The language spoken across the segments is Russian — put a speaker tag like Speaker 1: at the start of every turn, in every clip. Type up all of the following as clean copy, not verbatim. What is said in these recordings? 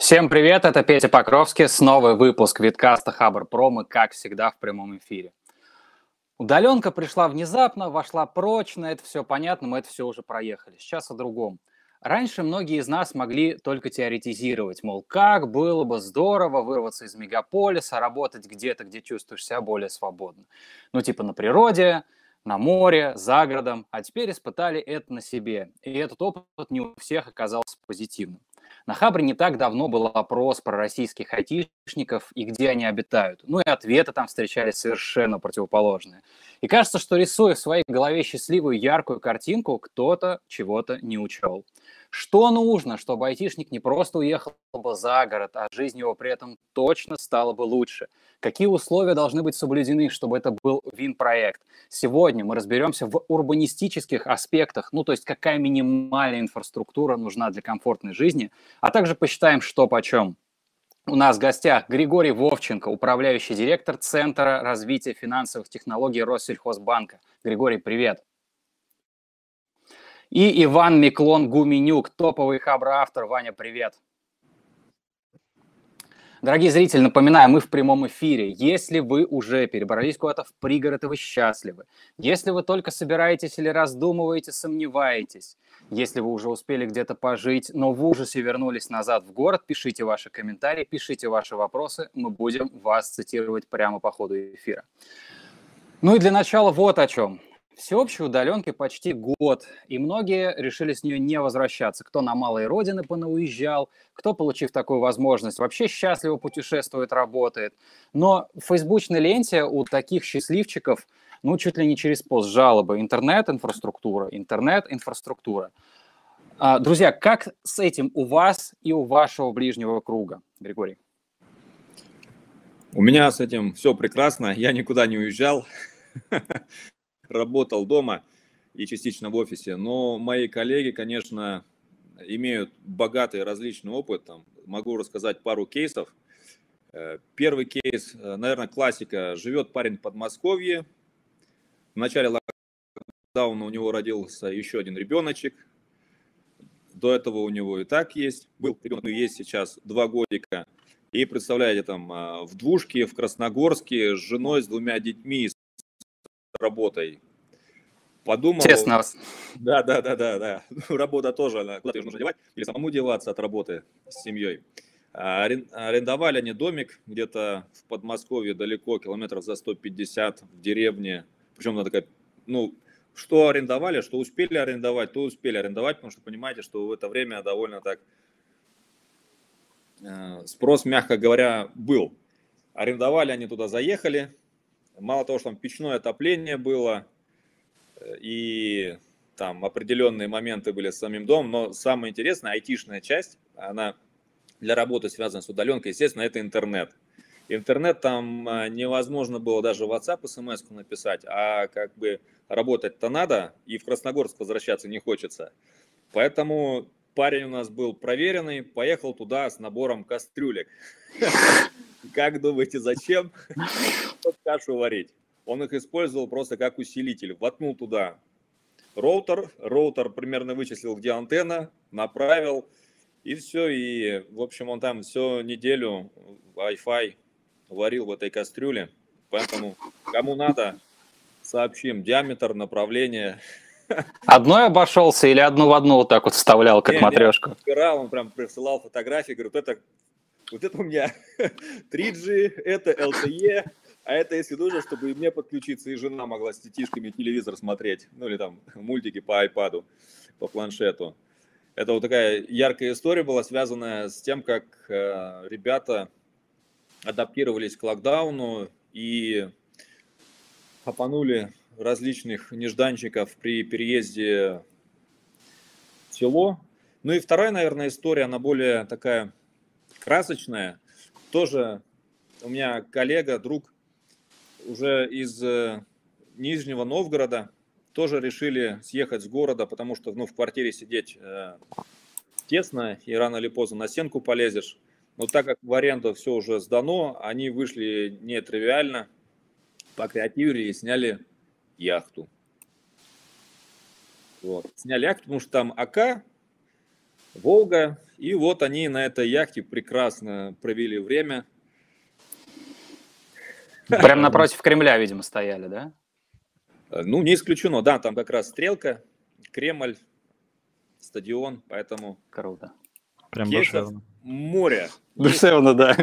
Speaker 1: Всем привет, это Петя Покровский, с новый выпуск Виткаста Хабр Про, мы, как всегда, в прямом эфире. Удаленка пришла внезапно, вошла прочно, это все понятно, мы это все уже проехали. Сейчас о другом. Раньше многие из нас могли только теоретизировать, мол, как было бы здорово вырваться из мегаполиса, работать где-то, где чувствуешь себя более свободно. Ну, типа на природе, на море, за городом. А теперь испытали это на себе. И этот опыт не у всех оказался позитивным. На Хабре не так давно был опрос про российских айтишников и где они обитают. Ну и ответы там встречались совершенно противоположные. И кажется, что рисуя в своей голове счастливую яркую картинку, кто-то чего-то не учел. Что нужно, чтобы айтишник не просто уехал бы за город, а жизнь его при этом точно стала бы лучше? Какие условия должны быть соблюдены, чтобы это был вин-проект? Сегодня мы разберемся в урбанистических аспектах, ну то есть какая минимальная инфраструктура нужна для комфортной жизни, а также посчитаем, что почем. У нас в гостях Григорий Вовченко, управляющий директор Центра развития финансовых технологий Россельхозбанка. Григорий, привет. И Иван Миклон-Гуменюк, топовый хабр-автор. Ваня, привет. Дорогие зрители, напоминаю, мы в прямом эфире. Если вы уже перебрались куда-то в пригород и вы счастливы, если вы только собираетесь или раздумываете, сомневаетесь, если вы уже успели где-то пожить, но в ужасе вернулись назад в город, пишите ваши комментарии, пишите ваши вопросы, мы будем вас цитировать прямо по ходу эфира. Ну и для начала вот о чем. Всеобщей удаленке почти год, и многие решили с нее не возвращаться. Кто на малые родины понауезжал, кто, получив такую возможность, вообще счастливо путешествует, работает. Но в фейсбучной ленте у таких счастливчиков, ну, чуть ли не через пост жалобы. Интернет-инфраструктура, интернет-инфраструктура. Друзья, как с этим у вас и у вашего ближнего круга, Григорий?
Speaker 2: У меня с этим все прекрасно, я никуда не уезжал. Работал дома и частично в офисе, но мои коллеги, конечно, имеют богатый различный опыт. Там, могу рассказать пару кейсов. Первый кейс, наверное, классика. Живет парень в Подмосковье. В начале локдауна у него родился еще один ребеночек. До этого у него и так есть. Был ребенок, есть сейчас 2 годика. И представляете, там в двушке в Красногорске с женой, с 2 детьми, работой. Подумал.
Speaker 1: Честно.
Speaker 2: Да. Работа тоже, куда-то ее нужно девать, или самому деваться от работы с семьей. Арендовали они домик где-то в Подмосковье, далеко, километров за 150 в деревне. Причем она такая, что арендовали, что успели арендовать, то успели арендовать, потому что понимаете, что в это время довольно так спрос, мягко говоря, был. Арендовали они туда, заехали. Мало того, что там печное отопление было, и там определенные моменты были с самим домом, но самая интересная айтишная часть, она для работы связана с удаленкой, естественно, это интернет. Интернет там невозможно было даже в WhatsApp смс-ку написать, а как бы работать-то надо, и в Красногорск возвращаться не хочется. Поэтому парень у нас был проверенный, поехал туда с набором кастрюлек. Как думаете, зачем кашу варить? Он их использовал просто как усилитель. Воткнул туда роутер примерно вычислил, где антенна, направил, и все. И, в общем, он там всю неделю Wi-Fi варил в этой кастрюле. Поэтому, кому надо, сообщим диаметр, направление.
Speaker 1: Одной обошелся или одну в одну вот так вот вставлял, как матрешку?
Speaker 2: Разбирал, он прям присылал фотографии, говорит, вот это у меня 3G, это LTE, а это если нужно, чтобы и мне подключиться, и жена могла с детишками телевизор смотреть, ну или там мультики по iPad, по планшету. Это вот такая яркая история была, связанная с тем, как ребята адаптировались к локдауну и хапанули различных нежданчиков при переезде в село. Ну и вторая, наверное, история, она более такая красочная. Тоже у меня коллега, друг уже из Нижнего Новгорода, тоже решили съехать с города, потому что в квартире сидеть тесно, и рано или поздно на стенку полезешь. Но так как в аренду все уже сдано, они вышли нетривиально, покреативили и сняли яхту. Вот. Сняли яхту, потому что там АК, Волга. И вот они на этой яхте прекрасно провели время.
Speaker 1: Прям напротив Кремля, видимо, стояли, да?
Speaker 2: Ну, не исключено, да, там как раз Стрелка, Кремль, стадион, поэтому
Speaker 1: Круто.
Speaker 3: Прям
Speaker 2: кейсов
Speaker 3: душевно.
Speaker 2: море.
Speaker 1: Душевно, да.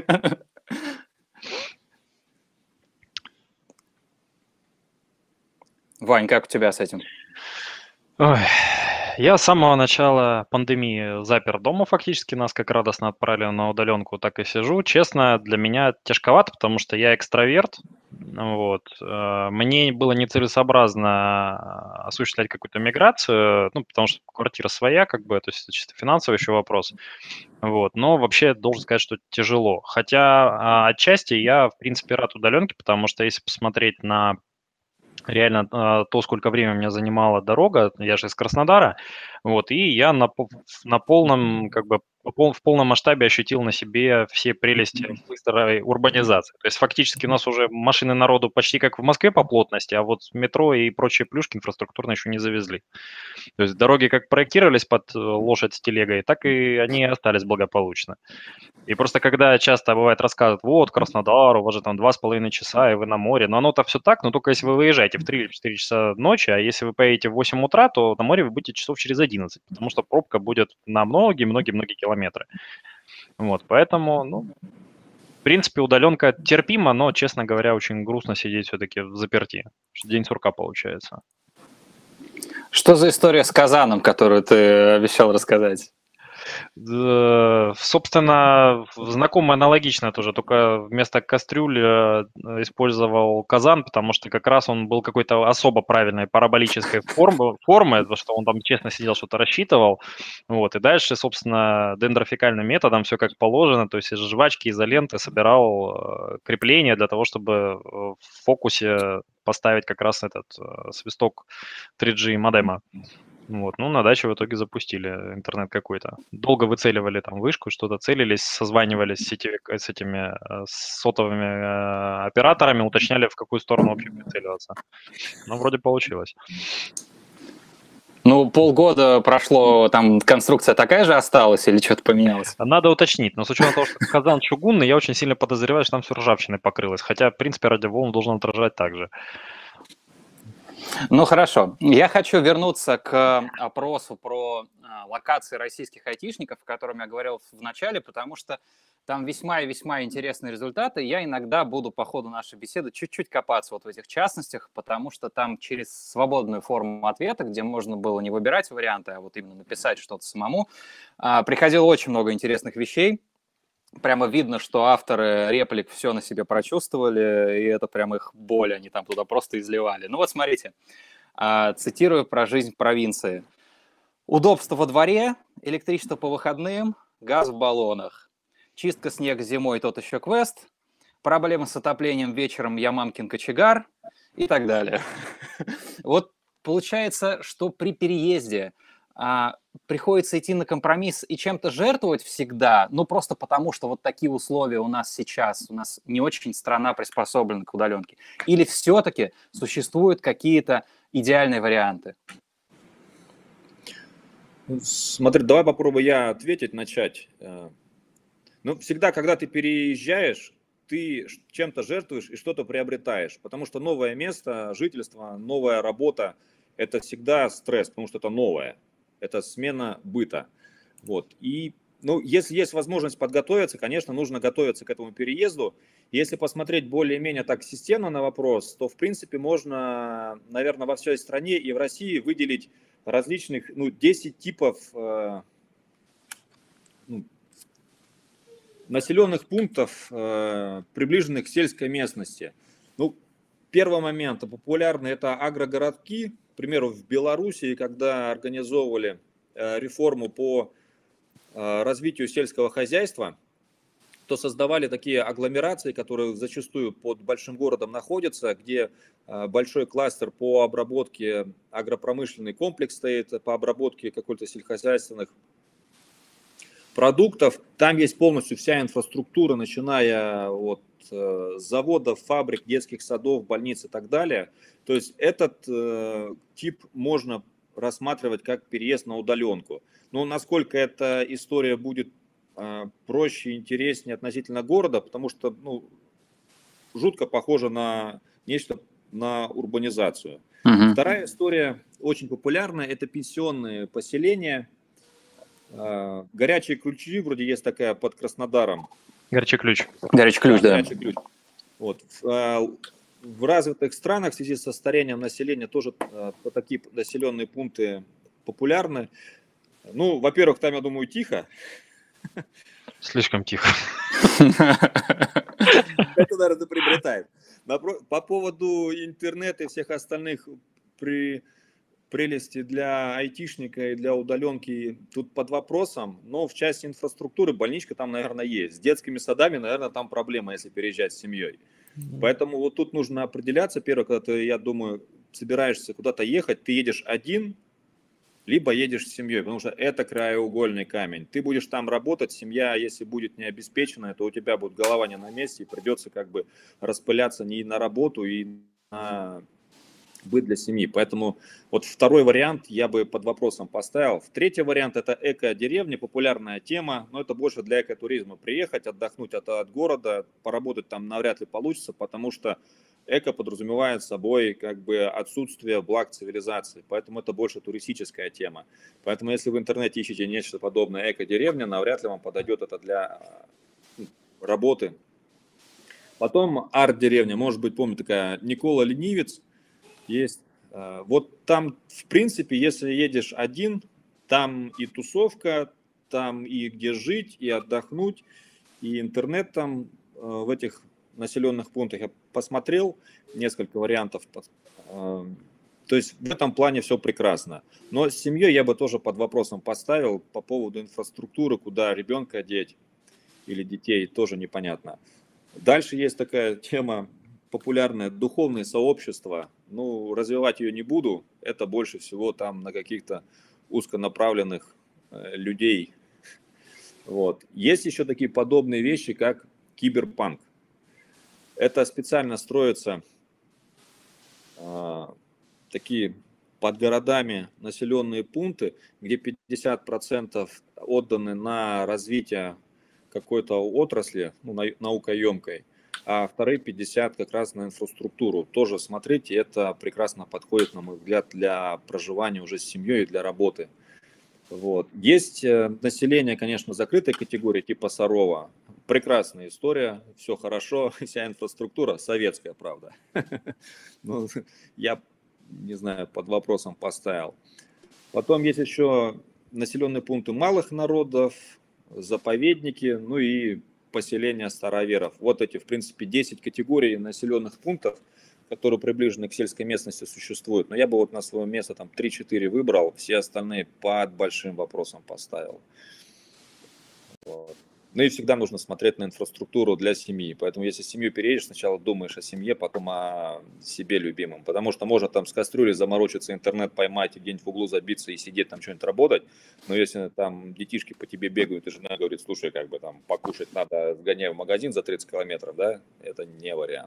Speaker 1: Вань, как у тебя с этим?
Speaker 3: Ой, я с самого начала пандемии запер дома фактически, нас как радостно отправили на удаленку, так и сижу. Честно, для меня тяжковато, потому что я экстраверт, вот. Мне было нецелесообразно осуществлять какую-то миграцию, ну, потому что квартира своя, как бы, то есть это чисто финансовый еще вопрос. Вот. Но вообще должен сказать, что тяжело. Хотя отчасти я, в принципе, рад удаленке, потому что если посмотреть на реально то, сколько времени меня занимала дорога, я же из Краснодара, вот, и я на полном, как бы, в полном масштабе ощутил на себе все прелести быстрой урбанизации. То есть фактически у нас уже машины народу почти как в Москве по плотности, а вот метро и прочие плюшки инфраструктурно еще не завезли. То есть дороги как проектировались под лошадь с телегой, так и они и остались благополучно. И просто когда часто бывает рассказывают, вот, Краснодар, у вас же там 2,5 часа, и вы на море. Но оно-то все так, но только если вы выезжаете в 3 или 4 часа ночи, а если вы поедете в 8 утра, то на море вы будете часов через 11, потому что пробка будет на многие-многие-многие километры. Вот, поэтому, ну, в принципе, удаленка терпима, но, честно говоря, очень грустно сидеть все-таки в заперти. День сурка получается.
Speaker 1: Что за история с Казаном, которую ты обещал рассказать?
Speaker 3: Собственно, знакомый аналогично тоже, только вместо кастрюли использовал казан, потому что как раз он был какой-то особо правильной параболической формы, потому что он там честно сидел, что-то рассчитывал. Вот, и дальше, собственно, дендрофикальным методом все как положено, то есть из жвачки, изоленты собирал крепление для того, чтобы в фокусе поставить как раз этот свисток 3G модема. Вот, ну, на даче в итоге запустили интернет какой-то. Долго выцеливали там вышку, что-то целились, созванивались с этими с сотовыми операторами, уточняли, в какую сторону вообще прицеливаться. Ну, вроде получилось.
Speaker 1: Ну, полгода прошло, там конструкция такая же осталась или что-то поменялось?
Speaker 3: Надо уточнить, но с учетом того, что казан чугунный, я очень сильно подозреваю, что там все ржавчиной покрылось. Хотя, в принципе, радиоволн должен отражать так же.
Speaker 1: Ну, хорошо. Я хочу вернуться к опросу про локации российских айтишников, о котором я говорил в начале, потому что там весьма и весьма интересные результаты. Я иногда буду по ходу нашей беседы чуть-чуть копаться вот в этих частностях, потому что там через свободную форму ответа, где можно было не выбирать варианты, а вот именно написать что-то самому, приходило очень много интересных вещей. Прямо видно, что авторы реплик все на себе прочувствовали, и это прям их боль, они там туда просто изливали. Ну вот смотрите, цитирую про жизнь в провинции. Удобство во дворе, электричество по выходным, газ в баллонах. Чистка снега зимой тот еще квест, проблемы с отоплением вечером я мамкин кочегар и так далее. Вот получается, что при переезде приходится идти на компромисс и чем-то жертвовать всегда, ну просто потому, что вот такие условия у нас сейчас, у нас не очень страна приспособлена к удаленке. Или все-таки существуют какие-то идеальные варианты?
Speaker 2: Смотри, давай попробую я ответить, начать. Ну, всегда, когда ты переезжаешь, ты чем-то жертвуешь и что-то приобретаешь, потому что новое место жительства, новая работа – это всегда стресс, потому что это новое, это смена быта. Вот. И, ну, если есть возможность подготовиться, конечно, нужно готовиться к этому переезду. Если посмотреть более-менее так системно на вопрос, то, в принципе, можно, наверное, во всей стране и в России выделить различных, 10 типов населенных пунктов, приближенных к сельской местности. Ну, первый момент популярный – это агрогородки. К примеру, в Белоруссии, когда организовывали реформу по развитию сельского хозяйства, то создавали такие агломерации, которые зачастую под большим городом находятся, где большой кластер по обработке, агропромышленный комплекс стоит, по обработке каких-то сельскохозяйственных продуктов. Там есть полностью вся инфраструктура, начиная от заводов, фабрик, детских садов, больниц и так далее. То есть этот тип можно рассматривать как переезд на удаленку. Но насколько эта история будет проще и интереснее относительно города, потому что жутко похоже на нечто, на урбанизацию. Вторая история, очень популярная, это пенсионные поселения. Горячие ключи, вроде есть такая под Краснодаром.
Speaker 3: Горячий ключ.
Speaker 1: Горячий ключ, да.
Speaker 2: Горячий ключ. Вот. В развитых странах в связи со старением населения тоже такие населенные пункты популярны. Ну, во-первых, там, я думаю, тихо.
Speaker 3: Слишком тихо.
Speaker 2: Это, наверное, приобретает. По поводу интернета и всех остальных прелестей для айтишника и для удаленки тут под вопросом, но в части инфраструктуры больничка там, наверное, есть. С детскими садами, наверное, там проблема, если переезжать с семьей. Поэтому вот тут нужно определяться. Первое, когда ты, я думаю, собираешься куда-то ехать, ты едешь один, либо едешь с семьей, потому что это краеугольный камень. Ты будешь там работать, семья, если будет не обеспеченная, то у тебя будет голова не на месте, и придется как бы распыляться не на работу, и на быт для семьи. Поэтому вот второй вариант я бы под вопросом поставил. Третий вариант — это эко-деревня, популярная тема, но это больше для экотуризма. Приехать, отдохнуть от города, поработать там навряд ли получится, потому что эко подразумевает собой как бы отсутствие благ цивилизации, поэтому это больше туристическая тема. Поэтому если в интернете ищете нечто подобное эко-деревня, навряд ли вам подойдет это для работы. Потом арт-деревня, может быть, помните, такая Никола Ленивец есть. Вот там, в принципе, если едешь один, там и тусовка, там и где жить, и отдохнуть, и интернет там в этих населенных пунктах. Я посмотрел несколько вариантов. То есть в этом плане все прекрасно. Но с семьей я бы тоже под вопросом поставил по поводу инфраструктуры, куда ребенка деть или детей, тоже непонятно. Дальше есть такая тема популярная, духовные сообщества. Ну, развивать ее не буду. Это больше всего там на каких-то узконаправленных людей. Вот. Есть еще такие подобные вещи, как киберпанк. Это специально строятся такие под городами населенные пункты, где 50% отданы на развитие какой-то отрасли, наукоемкой, а вторые 50% как раз на инфраструктуру. Тоже смотрите, это прекрасно подходит, на мой взгляд, для проживания уже с семьей и для работы. Вот. Есть население, конечно, закрытой категории, типа Сарова. Прекрасная история, все хорошо, вся инфраструктура советская, правда. Ну, я, не знаю, под вопросом поставил. Потом есть еще населенные пункты малых народов, заповедники, ну и поселения староверов. Вот эти, в принципе, 10 категорий населенных пунктов, которые приближены к сельской местности, существуют. Но я бы вот на свое место там 3-4 выбрал, все остальные под большим вопросом поставил. Вот. Ну и всегда нужно смотреть на инфраструктуру для семьи. Поэтому если семью переедешь, сначала думаешь о семье, потом о себе любимом. Потому что можно там с кастрюлей заморочиться, интернет поймать и где-нибудь в углу забиться и сидеть там что-нибудь работать. Но если там детишки по тебе бегают, и жена говорит, слушай, как бы там покушать надо, сгоняй в магазин за 30 километров, да, это не вариант.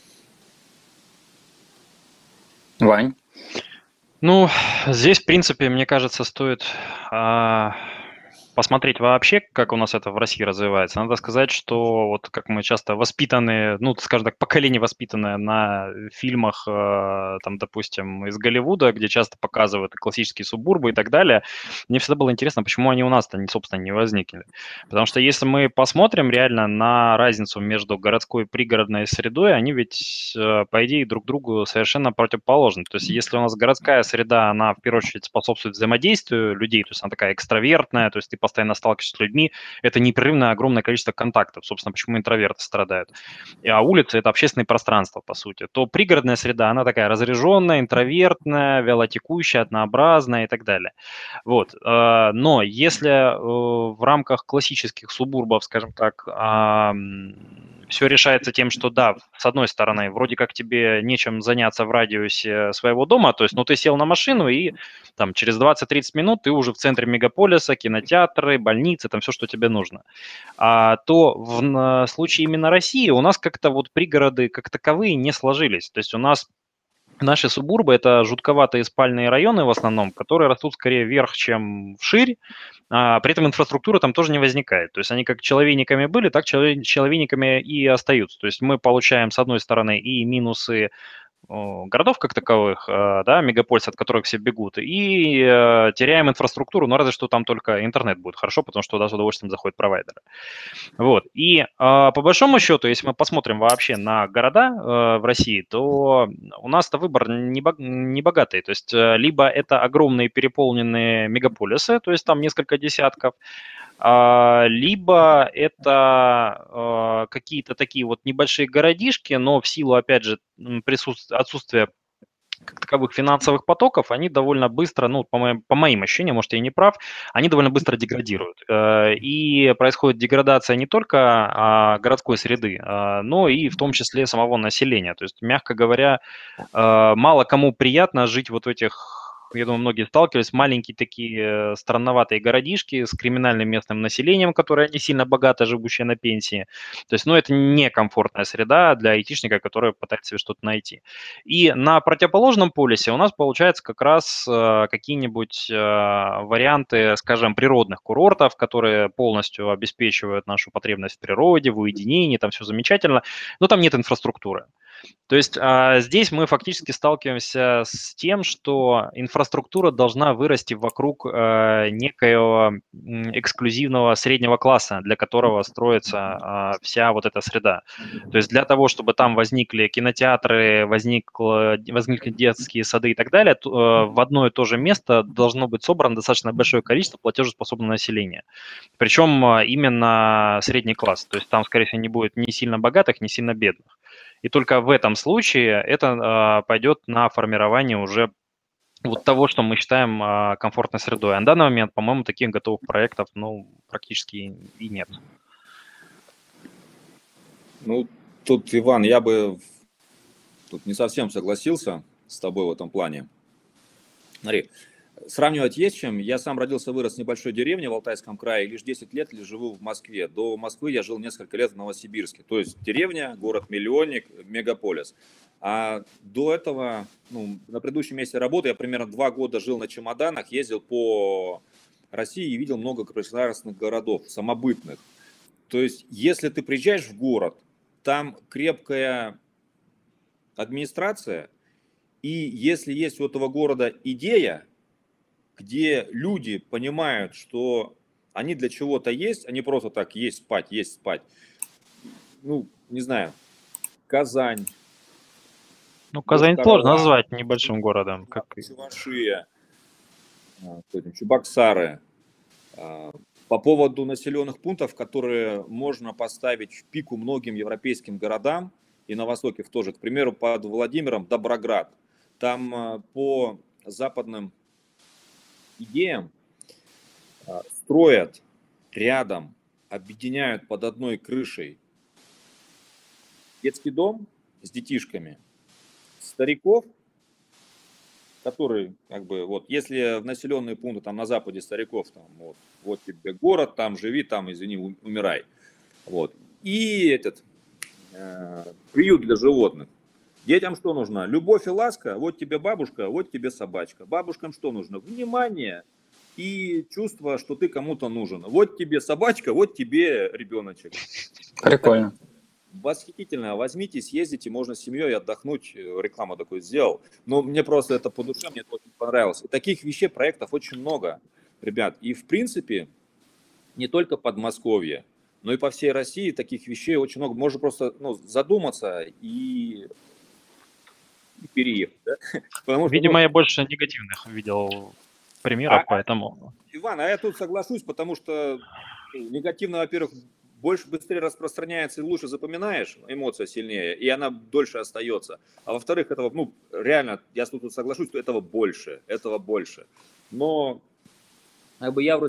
Speaker 1: Вань?
Speaker 3: Ну, здесь, в принципе, мне кажется, стоит посмотреть вообще, как у нас это в России развивается. Надо сказать, что вот как мы часто воспитаны, ну, скажем так, поколение воспитанное на фильмах, там, допустим, из Голливуда, где часто показывают классические субурбы и так далее, мне всегда было интересно, почему они у нас-то, собственно, не возникли. Потому что если мы посмотрим реально на разницу между городской и пригородной средой, они ведь, по идее, друг другу совершенно противоположны. То есть если у нас городская среда, она, в первую очередь, способствует взаимодействию людей, то есть она такая экстравертная, то есть ты постоянно сталкиваешься с людьми, это непрерывное огромное количество контактов, собственно, почему интроверты страдают. А улица – это общественное пространство, по сути. То пригородная среда, она такая разряженная, интровертная, вялотекущая, однообразная и так далее. Вот. Но если в рамках классических субурбов, скажем так, все решается тем, что да, с одной стороны, вроде как тебе нечем заняться в радиусе своего дома, то есть, ну, ты сел на машину и там через 20-30 минут ты уже в центре мегаполиса, кинотеатры, больницы, там все, что тебе нужно. То в случае именно России у нас как-то вот пригороды как таковые не сложились. То есть у нас Наши субурбы – это жутковатые спальные районы в основном, которые растут скорее вверх, чем вширь, при этом инфраструктура там тоже не возникает. То есть они как человейниками были, так человейниками и остаются. То есть мы получаем, с одной стороны, и минусы городов как таковых, да, мегаполис, от которых все бегут, и теряем инфраструктуру, но разве что там только интернет будет хорошо, потому что туда с удовольствием заходят провайдеры. Вот. И по большому счету, если мы посмотрим вообще на города в России, то у нас-то выбор не богатый. То есть либо это огромные переполненные мегаполисы, то есть там несколько десятков, либо это какие-то такие вот небольшие городишки, но в силу, опять же, отсутствия как таковых финансовых потоков, они довольно быстро, ну, по моим ощущениям, может, я и не прав, они довольно быстро деградируют. И происходит деградация не только городской среды, но и в том числе самого населения. То есть, мягко говоря, мало кому приятно жить вот в этих, я думаю, многие сталкивались, маленькие такие странноватые городишки с криминальным местным населением, которое не сильно богато, живущее на пенсии. То есть, ну, это некомфортная среда для айтишника, который пытается себе что-то найти. И на противоположном полюсе у нас получается как раз какие-нибудь варианты, скажем, природных курортов, которые полностью обеспечивают нашу потребность в природе, в уединении, там все замечательно, но там нет инфраструктуры. То есть здесь мы фактически сталкиваемся с тем, что инфраструктура должна вырасти вокруг некоего эксклюзивного среднего класса, для которого строится вся вот эта среда. То есть для того, чтобы там возникли кинотеатры, возникли детские сады и так далее, в одно и то же место должно быть собрано достаточно большое количество платежеспособного населения. Причем именно средний класс. То есть там, скорее всего, не будет ни сильно богатых, ни сильно бедных. И только в этом случае это пойдет на формирование уже вот того, что мы считаем комфортной средой. А на данный момент, по-моему, таких готовых проектов, ну, практически и нет.
Speaker 2: Ну, тут, Иван, я бы тут не совсем согласился с тобой в этом плане. Смотри, сравнивать есть чем. Я сам родился, вырос в небольшой деревне в Алтайском крае, лишь 10 лет живу в Москве. До Москвы я жил несколько лет в Новосибирске. То есть деревня, город-миллионник, мегаполис. А до этого, ну, на предыдущем месте работы я примерно 2 года жил на чемоданах, ездил по России и видел много государственных городов, самобытных. То есть, если ты приезжаешь в город, там крепкая администрация, и если есть у этого города идея, где люди понимают, что они для чего-то есть, а не просто так есть спать. Ну, не знаю, Казань.
Speaker 3: Ну, Казань сложно назвать небольшим городом. Как
Speaker 2: Чувашия, Чебоксары. По поводу населенных пунктов, которые можно поставить в пику многим европейским городам, и на востоке тоже, к примеру, под Владимиром Доброград. Там по западным идеям строят рядом, объединяют под одной крышей детский дом с детишками, стариков, которые, как бы, вот, если в населенные пункты, там, на западе стариков, там, вот тебе город, там, живи, там, извини, умирай, вот, и приют для животных. Детям что нужно? Любовь и ласка, вот тебе бабушка, вот тебе собачка. Бабушкам что нужно? Внимание и чувство, что ты кому-то нужен. Вот тебе собачка, вот тебе ребеночек.
Speaker 1: Прикольно.
Speaker 2: Восхитительно. Возьмите, съездите, можно с семьей отдохнуть. Рекламу такую сделал. Но мне просто это по душе, мне это очень понравилось. И таких вещей, проектов очень много, ребят. И в принципе, не только Подмосковье, но и по всей России таких вещей очень много. Можно просто задуматься и переехать. Да?
Speaker 3: Потому что, видимо, я больше негативных видел примеров, поэтому...
Speaker 2: Иван, а я тут соглашусь, потому что негативно, во-первых, быстрее распространяется и лучше запоминаешь, эмоция сильнее, и она дольше остается. А во-вторых, этого, реально, я тут соглашусь, что этого больше. Но я в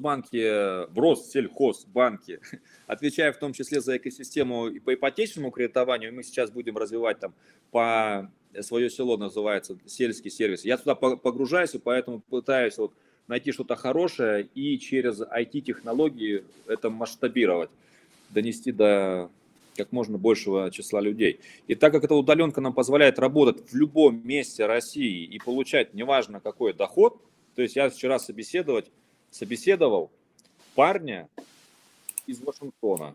Speaker 2: Россельхозбанке, отвечаю в том числе за экосистему и по ипотечному кредитованию, мы сейчас будем развивать там по свое село, называется сельский сервис. Я туда погружаюсь, и поэтому пытаюсь найти что-то хорошее и через IT-технологии это масштабировать, донести до как можно большего числа людей. И так как эта удаленка нам позволяет работать в любом месте России и получать неважно какой доход, то есть я вчера собеседовал парня из Вашингтона.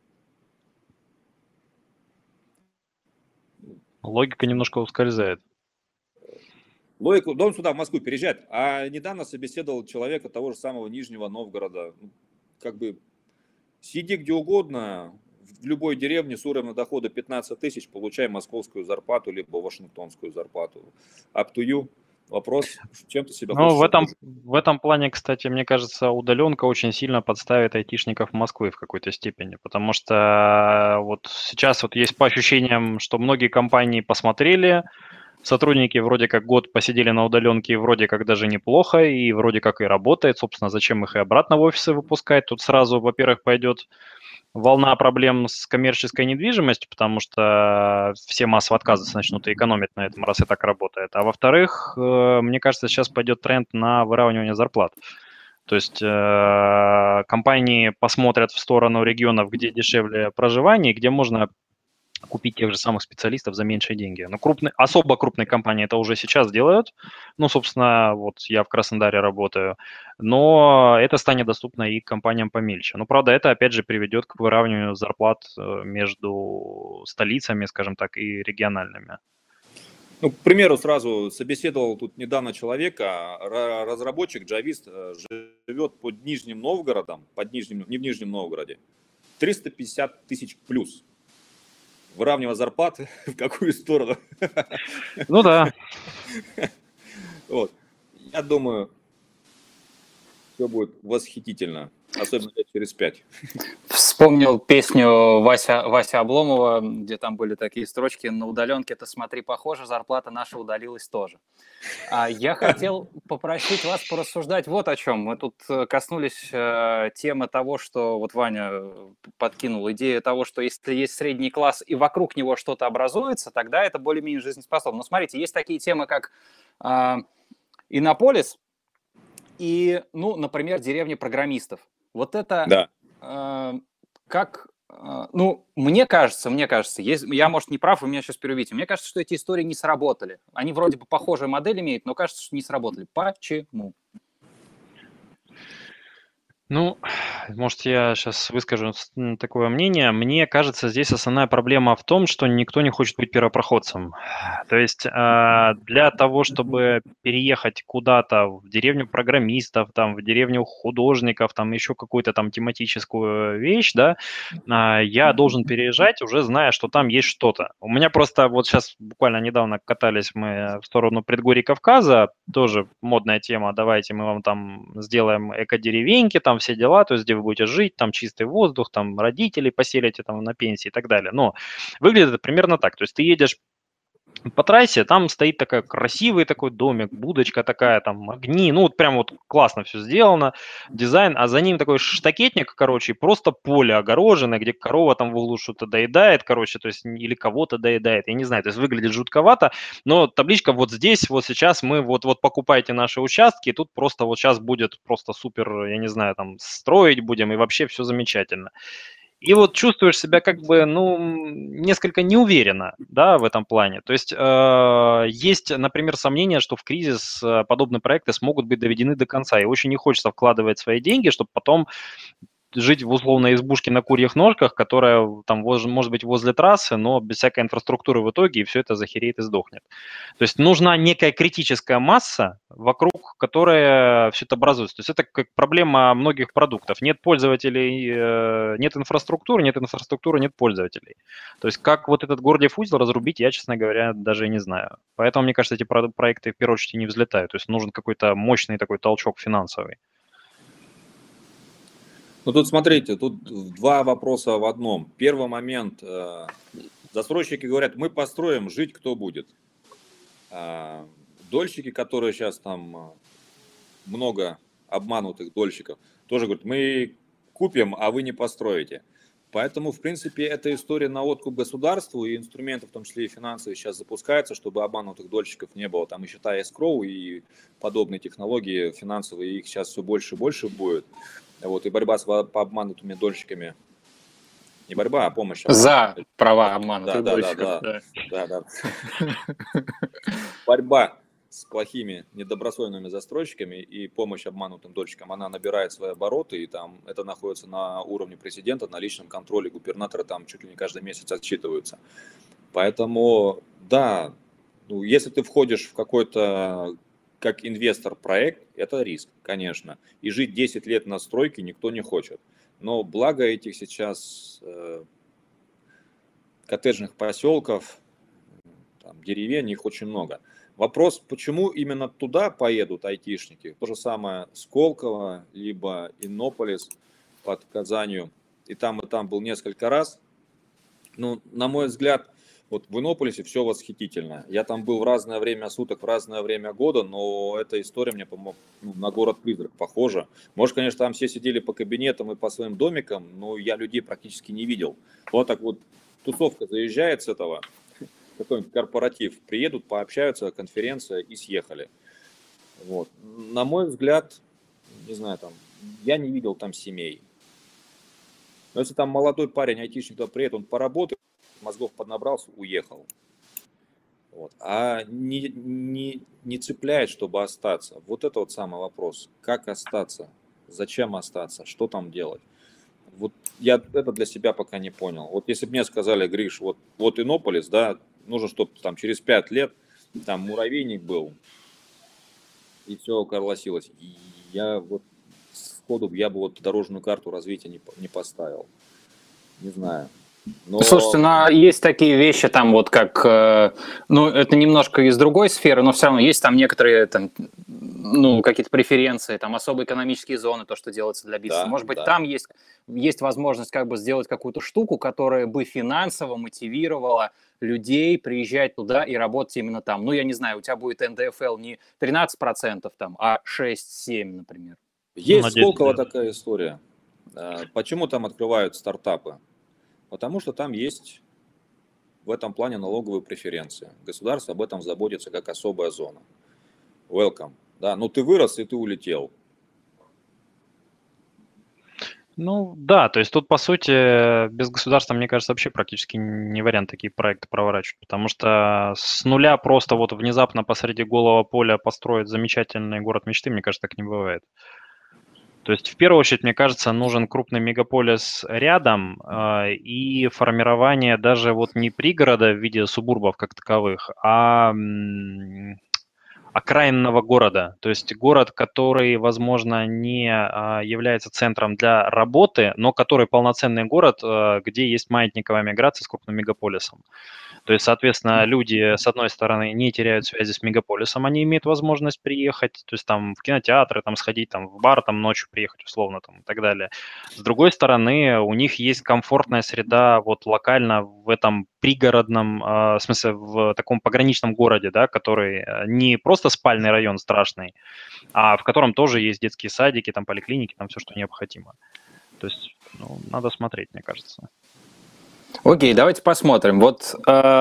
Speaker 3: Логика немножко ускользает.
Speaker 2: Логику, да, он сюда, в Москву переезжает. А недавно собеседовал человека того же самого Нижнего Новгорода. Как бы сиди где угодно, в любой деревне с уровнем дохода 15 тысяч, получай московскую зарплату, либо вашингтонскую зарплату. Up to you. Вопрос, чем ты себя
Speaker 3: Ну,
Speaker 2: хочешь
Speaker 3: в этом плане, кстати, мне кажется, удаленка очень сильно подставит айтишников Москвы в какой-то степени, потому что вот сейчас вот есть по ощущениям, что многие компании посмотрели, сотрудники вроде как год посидели на удаленке, и вроде как даже неплохо, и вроде как и работает, собственно, зачем их и обратно в офисы выпускать? Тут сразу, во-первых, пойдет волна проблем с коммерческой недвижимостью, потому что все массово отказываться начнут и экономить на этом, раз и так работает. А во-вторых, мне кажется, сейчас пойдет тренд на выравнивание зарплат. То есть компании посмотрят в сторону регионов, где дешевле проживание, где можно купить тех же самых специалистов за меньшие деньги. Но особо крупные компании это уже сейчас делают. Ну, собственно, вот я в Краснодаре работаю. Но это станет доступно и компаниям помельче. Но, правда, это, опять же, приведет к выравниванию зарплат между столицами, скажем так, и региональными.
Speaker 2: Ну, к примеру, сразу собеседовал тут недавно человека, разработчик, джавист, живет под Нижним Новгородом, не в Нижнем Новгороде, 350 тысяч плюс. Выравнивая зарплаты в какую сторону?
Speaker 3: Ну да.
Speaker 2: Вот. Я думаю, все будет восхитительно, особенно лет через 5.
Speaker 1: Вспомнил песню Вася Обломова, где там были такие строчки: «На удаленке-то смотри, похоже, зарплата наша удалилась тоже». Я хотел попросить вас порассуждать вот о чем. Мы тут коснулись темы того, что вот Ваня подкинул идею того, что если есть средний класс и вокруг него что-то образуется, тогда это более-менее жизнеспособно. Но смотрите, есть такие темы, как Иннополис и, ну, например, деревня программистов. Вот это как... Ну, мне кажется, я, может, не прав, вы меня сейчас переубедите, мне кажется, что эти истории не сработали. Они вроде бы похожие модель имеют, но кажется, что не сработали. Почему?
Speaker 3: Ну, может, я сейчас выскажу такое мнение. Мне кажется, здесь основная проблема в том, что никто не хочет быть первопроходцем. То есть для того, чтобы переехать куда-то в деревню программистов, там, в деревню художников, там еще какую-то там тематическую вещь, да, я должен переезжать, уже зная, что там есть что-то. У меня просто вот сейчас буквально недавно катались мы в сторону предгорий Кавказа, тоже модная тема, давайте мы вам там сделаем эко-деревеньки, там все дела, то есть где вы будете жить, там чистый воздух, там родителей поселите там на пенсии и так далее. Но выглядит это примерно так. То есть ты едешь по трассе, там стоит такой красивый такой домик, будочка такая, там огни, ну вот прям вот классно все сделано, дизайн, а за ним такой штакетник, короче, просто поле огороженное, где корова там в углу что-то доедает, короче, то есть или кого-то доедает, я не знаю, то есть выглядит жутковато, но табличка вот здесь, вот сейчас мы вот покупайте наши участки, и тут просто вот сейчас будет просто супер, я не знаю, там строить будем, и вообще все замечательно. И вот чувствуешь себя как бы, ну, несколько неуверенно, да, в этом плане. То есть есть, например, сомнение, что в кризис подобные проекты смогут быть доведены до конца. И очень не хочется вкладывать свои деньги, чтобы потом жить в условной избушке на курьих ножках, которая там может быть возле трассы, но без всякой инфраструктуры в итоге, и все это захереет и сдохнет. То есть нужна некая критическая масса, вокруг которой все это образуется. То есть это как проблема многих продуктов. Нет пользователей, нет инфраструктуры, нет пользователей. То есть как вот этот Гордиев узел разрубить, я, честно говоря, даже не знаю. Поэтому, мне кажется, эти проекты в первую очередь не взлетают. То есть нужен какой-то мощный такой толчок финансовый.
Speaker 2: Ну тут смотрите, тут два вопроса в одном. Первый момент. Застройщики говорят, мы построим, жить кто будет. Дольщики, которые сейчас там много обманутых дольщиков, тоже говорят, мы купим, а вы не построите. Поэтому, в принципе, эта история на откуп государству и инструменты, в том числе и финансовые, сейчас запускаются, чтобы обманутых дольщиков не было. Там и счета escrow, и подобные технологии финансовые, их сейчас все больше и больше будет. Вот, и борьба с обманутыми дольщиками Не борьба, а помощь
Speaker 1: За
Speaker 2: обманутым.
Speaker 1: права
Speaker 2: Да,
Speaker 1: обманутых
Speaker 2: да, да,
Speaker 1: дольщиков.
Speaker 2: да,
Speaker 1: Да.
Speaker 2: да, да. Борьба с плохими недобросовестными застройщиками и помощь обманутым дольщикам, она набирает свои обороты, и там это находится на уровне президента, на личном контроле губернатора, там чуть ли не каждый месяц отчитываются. Поэтому, да, ну, если ты входишь в какой-то, как инвестор, проект, это риск, конечно. И жить 10 лет на стройке никто не хочет. Но благо этих сейчас коттеджных поселков, там, деревень, их очень много. Вопрос, почему именно туда поедут айтишники? То же самое Сколково, либо Иннополис под Казанью. И там был несколько раз. Ну, на мой взгляд, вот в Иннополисе все восхитительно. Я там был в разное время суток, в разное время года, но эта история мне, по-моему, на город-призрак похожа. Может, конечно, там все сидели по кабинетам и по своим домикам, но я людей практически не видел. Вот так вот тусовка заезжает с этого, какой-нибудь корпоратив, приедут, пообщаются, конференция и съехали. Вот. На мой взгляд, не знаю, там, я не видел там семей. Но если там молодой парень, айтишник, туда приедет, он поработает, мозгов поднабрался, уехал. Вот. А не цепляет, чтобы остаться. Вот это вот самый вопрос. Как остаться? Зачем остаться? Что там делать? Вот я это для себя пока не понял. Вот если бы мне сказали, Гриш, вот Иннополис, да, нужно, чтобы там через 5 лет там муравейник был, и все колосилось. И я вот сходу я бы вот дорожную карту развития не поставил. Не знаю. Но
Speaker 1: Слушайте, ну есть такие вещи, там вот как, ну это немножко из другой сферы, но все равно есть там некоторые там, ну какие-то преференции, там особые экономические зоны, то, что делается для бизнеса.
Speaker 2: да,
Speaker 1: Может быть,
Speaker 2: да.
Speaker 1: там есть возможность как бы сделать какую-то штуку, которая бы финансово мотивировала людей приезжать туда и работать именно там. Ну, я не знаю, у тебя будет НДФЛ не 13% там, а 6-7, например.
Speaker 3: Ну,
Speaker 2: Есть
Speaker 3: на
Speaker 2: в
Speaker 3: 10
Speaker 2: Сколково
Speaker 3: лет.
Speaker 2: такая история. Почему там открывают стартапы? Потому что там есть в этом плане налоговые преференции. Государство об этом заботится как особая зона. Welcome. Да, ну ты вырос и ты улетел.
Speaker 3: Ну да, то есть тут, по сути, без государства, мне кажется, вообще практически не вариант такие проекты проворачивать, потому что с нуля просто вот внезапно посреди голого поля построить замечательный город мечты, мне кажется, так не бывает. То есть в первую очередь, мне кажется, нужен крупный мегаполис рядом и формирование даже вот не пригорода в виде субурбов как таковых, а окраинного города. То есть город, который, возможно, не является центром для работы, но который полноценный город, где есть маятниковая миграция с крупным мегаполисом. То есть, соответственно, люди, с одной стороны, не теряют связи с мегаполисом, они имеют возможность приехать, то есть там в кинотеатры, там сходить, там в бар, там ночью приехать, условно, там и так далее. С другой стороны, у них есть комфортная среда вот локально в этом пригородном, в смысле, в таком пограничном городе, да, который не просто спальный район страшный, а в котором тоже есть детские садики, там поликлиники, там все, что необходимо. То есть, ну, надо смотреть, мне кажется.
Speaker 1: Окей, давайте посмотрим. Вот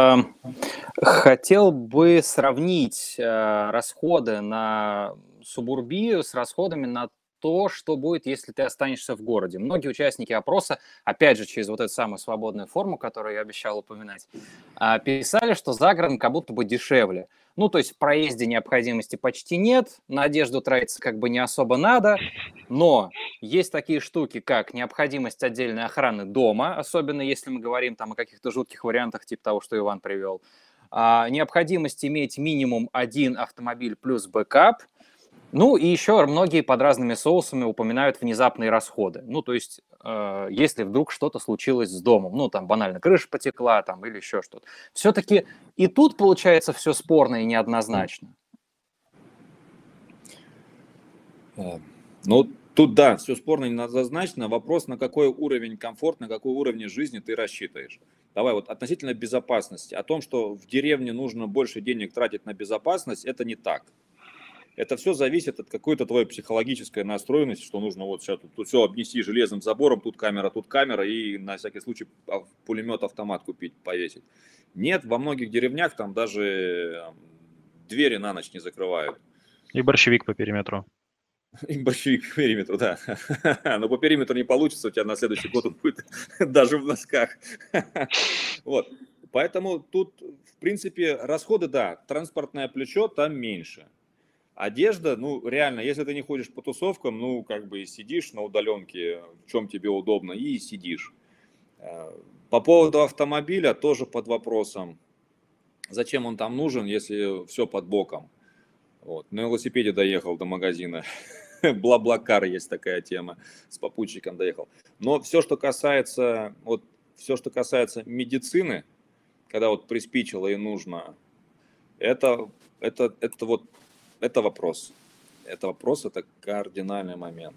Speaker 1: хотел бы сравнить расходы на субурбию с расходами на то, что будет, если ты останешься в городе. Многие участники опроса, опять же, через вот эту самую свободную форму, которую я обещал упоминать, писали, что за городом как будто бы дешевле. Ну, то есть в проезде необходимости почти нет, на одежду тратиться как бы не особо надо, но есть такие штуки, как необходимость отдельной охраны дома, особенно если мы говорим там о каких-то жутких вариантах, типа того, что Иван привел. Необходимость иметь минимум один автомобиль плюс бэкап. Ну и еще многие под разными соусами упоминают внезапные расходы. Ну то есть, если вдруг что-то случилось с домом, ну там банально крыша потекла там или еще что-то. Все-таки и тут получается все спорно и неоднозначно.
Speaker 2: Ну, тут да, все спорно и неоднозначно. Вопрос, на какой уровень комфорта, на какой уровень жизни ты рассчитываешь. Давай вот относительно безопасности. О том, что в деревне нужно больше денег тратить на безопасность, это не так. Это все зависит от какой-то твоей психологической настроенности, что нужно вот сейчас тут все обнести железным забором, тут камера, и на всякий случай пулемет, автомат купить, повесить. Нет, во многих деревнях там даже двери на ночь не закрывают.
Speaker 3: И борщевик по периметру.
Speaker 2: И борщевик по периметру, да. Но по периметру не получится, у тебя на следующий год он будет даже в носках. Вот. Поэтому тут, в принципе, расходы, да, транспортное плечо там меньше. Одежда, ну, реально, если ты не ходишь по тусовкам, ну, как бы сидишь на удаленке, в чем тебе удобно, и сидишь. По поводу автомобиля тоже под вопросом. Зачем он там нужен, если все под боком? Вот. На велосипеде доехал до магазина. Бла-бла-кар есть такая тема. С попутчиком доехал. Но все, что касается, медицины, когда вот приспичило и нужно, это вопрос. Это вопрос, это кардинальный момент.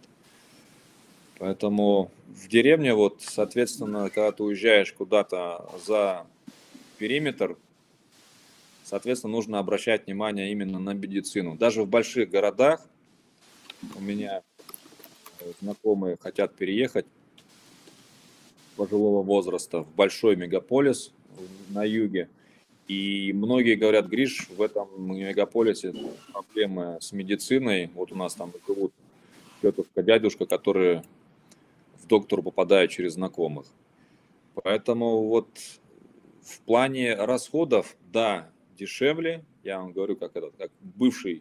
Speaker 2: Поэтому в деревне, вот, соответственно, когда ты уезжаешь куда-то за периметр, соответственно, нужно обращать внимание именно на медицину. Даже в больших городах у меня знакомые хотят переехать пожилого возраста в большой мегаполис на юге. И многие говорят: Гриш, в этом мегаполисе проблемы с медициной. Вот у нас там живут тетушка, дядюшка, которые в доктору попадают через знакомых. Поэтому вот в плане расходов, да, дешевле. Я вам говорю, как бывший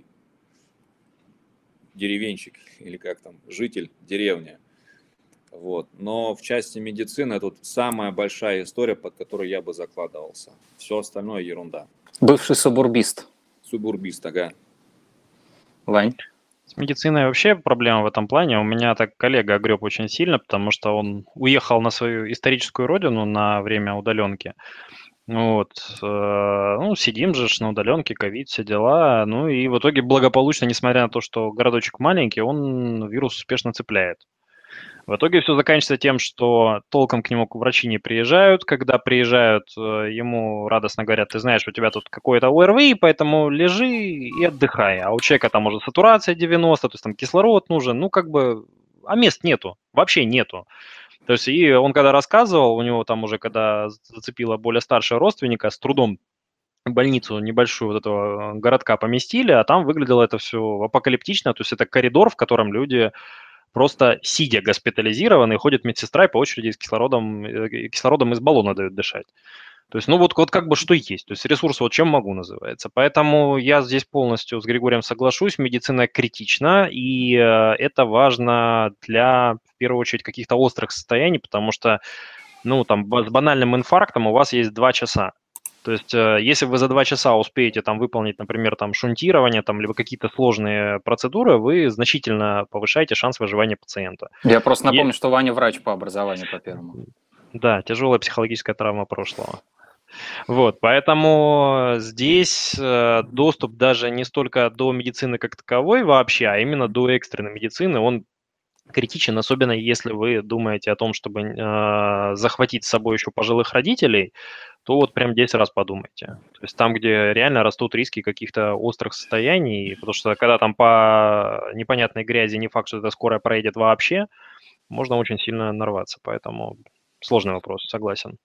Speaker 2: деревенщик или как там, житель деревни. Вот. Но в части медицины тут самая большая история, под которой я бы закладывался. Все остальное ерунда.
Speaker 1: Бывший субурбист.
Speaker 2: Субурбист, ага.
Speaker 1: Вань?
Speaker 3: С медициной вообще проблема в этом плане. У меня так коллега огреб очень сильно, потому что он уехал на свою историческую родину на время удаленки. Вот, ну, сидим же на удаленке, ковид, все дела. Ну и в итоге благополучно, несмотря на то, что городочек маленький, он вирус успешно цепляет. В итоге все заканчивается тем, что толком к нему врачи не приезжают. Когда приезжают, ему радостно говорят: ты знаешь, у тебя тут какое-то ОРВИ, поэтому лежи и отдыхай. А у человека там уже сатурация 90, то есть там кислород нужен, ну как бы, а мест нету, вообще нету. То есть и он когда рассказывал, у него там уже, когда зацепило более старшего родственника, с трудом больницу небольшую вот этого городка поместили, а там выглядело это все апокалиптично, то есть это коридор, в котором люди просто сидя госпитализированы, ходит медсестра и по очереди с кислородом из баллона дают дышать. То есть, ну вот как бы что есть. То есть ресурс вот чем могу называется. Поэтому я здесь полностью с Григорием соглашусь. Медицина критична, и это важно для, в первую очередь, каких-то острых состояний, потому что, ну, там, с банальным инфарктом у вас есть 2 часа. То есть, если вы за 2 часа успеете там выполнить, например, там шунтирование, там, либо какие-то сложные процедуры, вы значительно повышаете шанс выживания пациента.
Speaker 1: Я просто напомню, что Ваня врач по образованию, по первому.
Speaker 3: Да, тяжелая психологическая травма прошлого. Вот, поэтому здесь доступ даже не столько до медицины как таковой вообще, а именно до экстренной медицины, он критичен, особенно если вы думаете о том, чтобы захватить с собой еще пожилых родителей, то вот прям 10 раз подумайте. То есть там, где реально растут риски каких-то острых состояний, потому что когда там по непонятной грязи не факт, что эта скорая проедет вообще, можно очень сильно нарваться, поэтому сложный вопрос, согласен.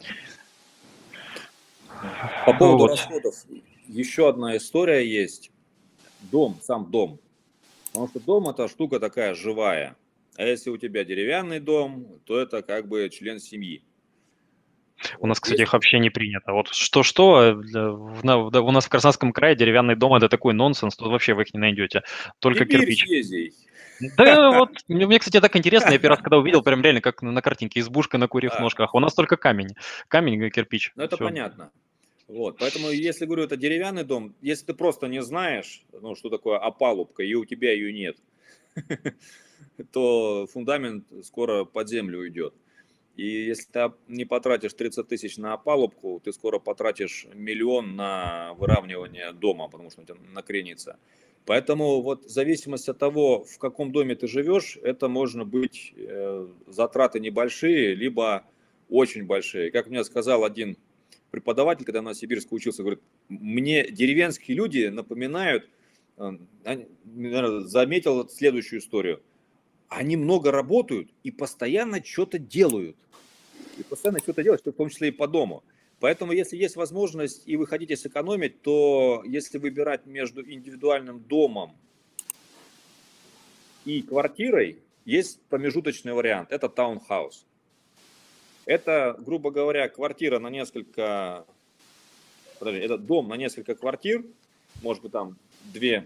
Speaker 2: По поводу расходов, еще одна история есть. Сам дом. Потому что дом – это штука такая живая. А если у тебя деревянный дом, то это как бы член семьи.
Speaker 3: У нас, кстати, их вообще не принято. Вот что-что, у нас в Краснодарском крае деревянный дом – это такой нонсенс, тут вообще вы их не найдете. Только кирпич. Да, вот, мне, кстати, так интересно, я первый раз, когда увидел, прям реально, как на картинке, избушка на курьих ножках. У нас только камень и кирпич.
Speaker 2: Ну, это понятно. Вот, поэтому, если, говорю, это деревянный дом, если ты просто не знаешь, ну, что такое опалубка, и у тебя ее нет, то фундамент скоро под землю уйдет. И если ты не потратишь 30 тысяч на опалубку, ты скоро потратишь 1 миллион на выравнивание дома, потому что он у тебя накренится. Поэтому вот в зависимости от того, в каком доме ты живешь, это можно быть затраты небольшие, либо очень большие. Как мне сказал один преподаватель, когда я на Сибирске учился, говорит: мне деревенские люди напоминают, заметил следующую историю. Они много работают и постоянно что-то делают. В том числе и по дому. Поэтому, если есть возможность и вы хотите сэкономить, то если выбирать между индивидуальным домом и квартирой есть промежуточный вариант. Это таунхаус. Это, грубо говоря, квартира на несколько... Подожди, это дом на несколько квартир. Может быть, там 2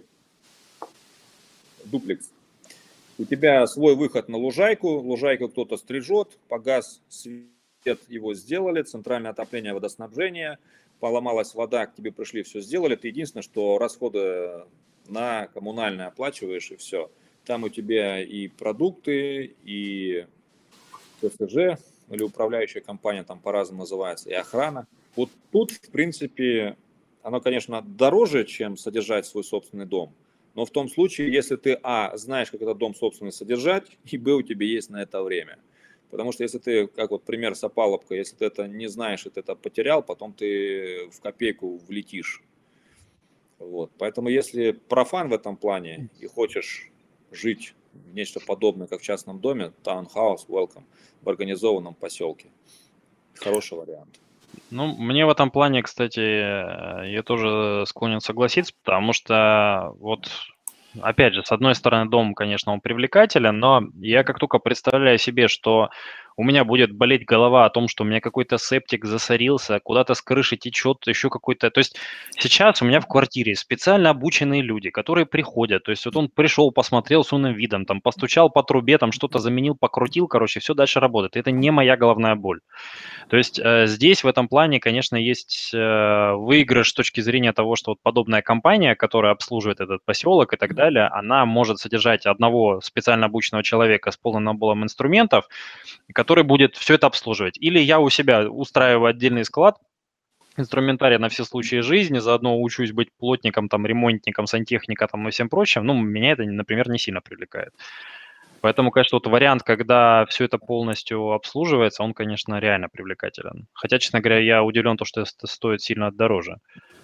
Speaker 2: дуплекс. У тебя свой выход на лужайку. Лужайку кто-то стрижет, погас свет, его сделали, центральное отопление, водоснабжение, поломалась вода, к тебе пришли, все сделали. Ты единственное, что расходы на коммунальное оплачиваешь, и все. Там у тебя и продукты, и ТСЖ, или управляющая компания, там по-разному называется, и охрана. Вот тут, в принципе, оно, конечно, дороже, чем содержать свой собственный дом. Но в том случае, если ты, знаешь, как этот дом собственно содержать, и, у тебя есть на это время. Потому что если ты, как вот пример с опалубкой, если ты это не знаешь, и ты это потерял, потом ты в копейку влетишь. Вот. Поэтому если профан в этом плане и хочешь жить в нечто подобное, как в частном доме, таунхаус, welcome, в организованном поселке. Хороший вариант.
Speaker 3: Ну, мне в этом плане, кстати, я тоже склонен согласиться, потому что вот, опять же, с одной стороны, дом, конечно, он привлекателен, но я как только представляю себе, что у меня будет болеть голова о том, что у меня какой-то септик засорился, куда-то с крыши течет, еще какой-то... То есть сейчас у меня в квартире специально обученные люди, которые приходят, то есть вот он пришел, посмотрел с умным видом, там, постучал по трубе, там, что-то заменил, покрутил, короче, все дальше работает. Это не моя головная боль. То есть здесь в этом плане, конечно, есть выигрыш с точки зрения того, что вот подобная компания, которая обслуживает этот поселок и так далее, она может содержать одного специально обученного человека с полным набором инструментов, который будет все это обслуживать. Или я у себя устраиваю отдельный склад инструментария на все случаи жизни, заодно учусь быть плотником, там, ремонтником, сантехником и всем прочим. Ну, меня это, например, не сильно привлекает. Поэтому, конечно, вот вариант, когда все это полностью обслуживается, он, конечно, реально привлекателен. Хотя, честно говоря, я удивлен, что это стоит сильно дороже.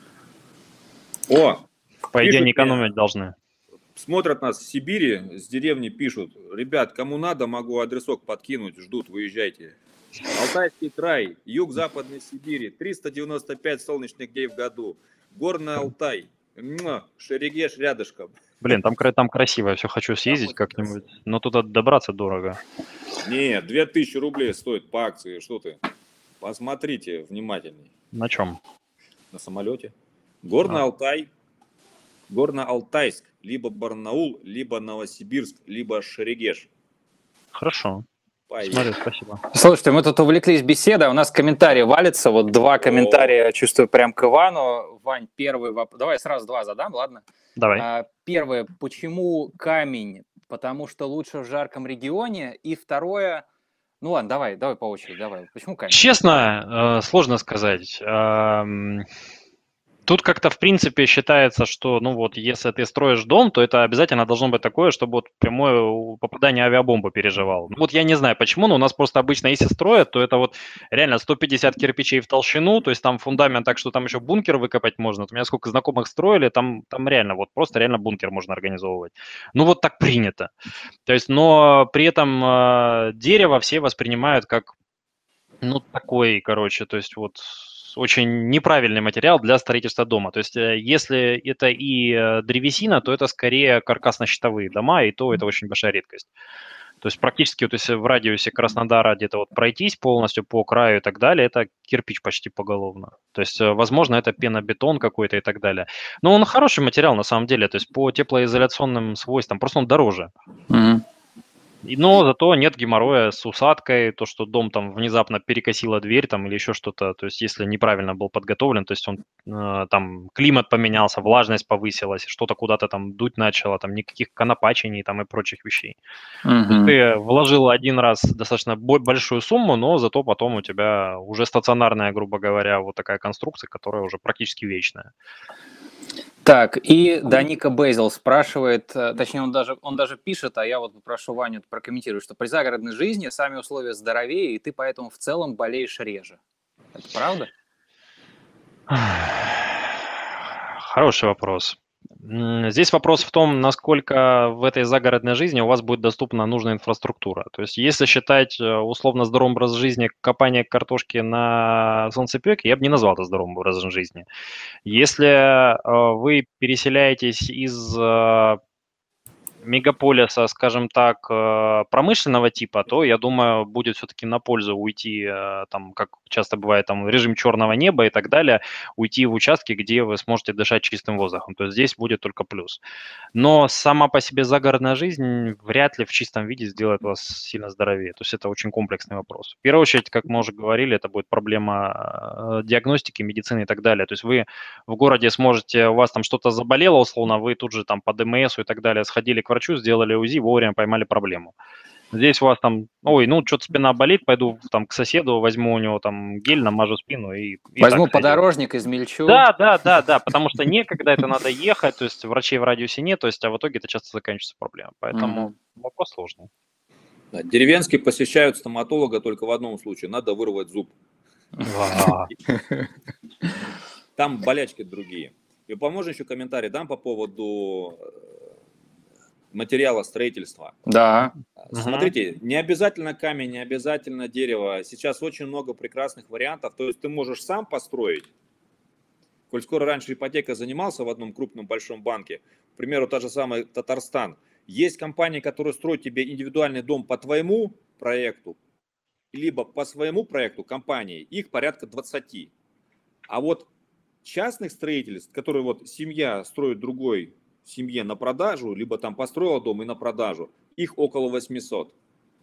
Speaker 3: По идее, не экономить должны.
Speaker 2: Смотрят нас в Сибири, с деревни пишут: ребят, кому надо, могу адресок подкинуть, ждут, выезжайте. Алтайский край, юг-западной Сибири, 395 солнечных дней в году. Горный Алтай, Шерегеш рядышком.
Speaker 3: Блин, там красиво, я все хочу съездить как-нибудь, но туда добраться дорого.
Speaker 2: Нет, 2000 рублей стоит по акции, что ты? Посмотрите внимательней.
Speaker 3: На чем?
Speaker 2: На самолете. Горный Алтай, Горно-Алтайск, либо Барнаул, либо Новосибирск, либо Шерегеш.
Speaker 3: Хорошо. Смотри, спасибо.
Speaker 1: Слушайте, мы тут увлеклись беседой, у нас комментарии валятся, вот 2 комментария, я чувствую, прям к Ивану. Вань, первый вопрос, давай сразу 2 задам, ладно?
Speaker 3: Давай.
Speaker 1: Первое, почему камень? Потому что лучше в жарком регионе. И второе, ну ладно, давай по очереди, давай. Почему камень?
Speaker 3: Честно, сложно сказать. Тут как-то, в принципе, считается, что, ну вот, если ты строишь дом, то это обязательно должно быть такое, чтобы вот прямое попадание авиабомбы переживал. Ну, вот я не знаю почему, но у нас просто обычно, если строят, то это вот реально 150 кирпичей в толщину, то есть там фундамент так, что там еще бункер выкопать можно. У меня сколько знакомых строили, там реально, вот просто реально бункер можно организовывать. Ну, вот так принято. То есть, но при этом дерево все воспринимают как, ну, такой, короче, то есть вот... очень неправильный материал для строительства дома. То есть если это и древесина, то это скорее каркасно-щитовые дома, и то это очень большая редкость. То есть практически вот если в радиусе Краснодара где-то вот пройтись полностью по краю и так далее, это кирпич почти поголовно. То есть, возможно, это пенобетон какой-то и так далее. Но он хороший материал на самом деле, то есть по теплоизоляционным свойствам, просто он дороже. Но зато нет геморроя с усадкой, то, что дом там внезапно перекосила дверь там или еще что-то, то есть если неправильно был подготовлен, то есть он там климат поменялся, влажность повысилась, что-то куда-то там дуть начало, там никаких конопачений там и прочих вещей. То есть ты вложил один раз достаточно большую сумму, но зато потом у тебя уже стационарная, грубо говоря, вот такая конструкция, которая уже практически вечная.
Speaker 1: Так, и Даника Бейзел спрашивает, точнее он даже пишет, а я вот попрошу Ваню прокомментировать, что при загородной жизни сами условия здоровее, и ты поэтому в целом болеешь реже. Это правда?
Speaker 3: Хороший вопрос. Здесь вопрос в том, насколько в этой загородной жизни у вас будет доступна нужная инфраструктура. То есть если считать условно здоровым образом жизни копание картошки на солнцепёке, я бы не назвал это здоровым образом жизни. Если вы переселяетесь из мегаполиса, скажем так, промышленного типа, то, я думаю, будет все-таки на пользу уйти, там, как часто бывает, там, режим черного неба и так далее, уйти в участки, где вы сможете дышать чистым воздухом. То есть здесь будет только плюс. Но сама по себе загородная жизнь вряд ли в чистом виде сделает вас сильно здоровее. То есть это очень комплексный вопрос. В первую очередь, как мы уже говорили, это будет проблема диагностики, медицины и так далее. То есть вы в городе сможете, у вас там что-то заболело, условно, вы тут же там по ДМС и так далее сходили к врачу, сделали УЗИ, вовремя поймали проблему. Здесь у вас там, ой, ну что-то спина болит, пойду там к соседу, возьму у него там гель, намажу спину и
Speaker 1: Возьму
Speaker 3: так сойдет.
Speaker 1: подорожник, измельчу.
Speaker 3: Да, потому что некогда это надо ехать, то есть врачей в радиусе нет, то есть, а в итоге это часто заканчивается проблемой. Поэтому вопрос сложный.
Speaker 2: Да, деревенские посещают стоматолога только в одном случае. Надо вырвать зуб. Там болячки другие. И можно еще комментарий дам по поводу материала строительства.
Speaker 1: Да.
Speaker 2: Смотрите, не обязательно камень, не обязательно дерево. Сейчас очень много прекрасных вариантов. То есть ты можешь сам построить. Коль скоро раньше ипотека занимался в одном крупном большом банке, к примеру, та же самая Татарстан, есть компании, которые строят тебе индивидуальный дом по твоему проекту, либо по своему проекту компании, их порядка 20. А вот частных строительств, которые вот семья строит другой семье на продажу, либо там построила дом и на продажу, их около 800.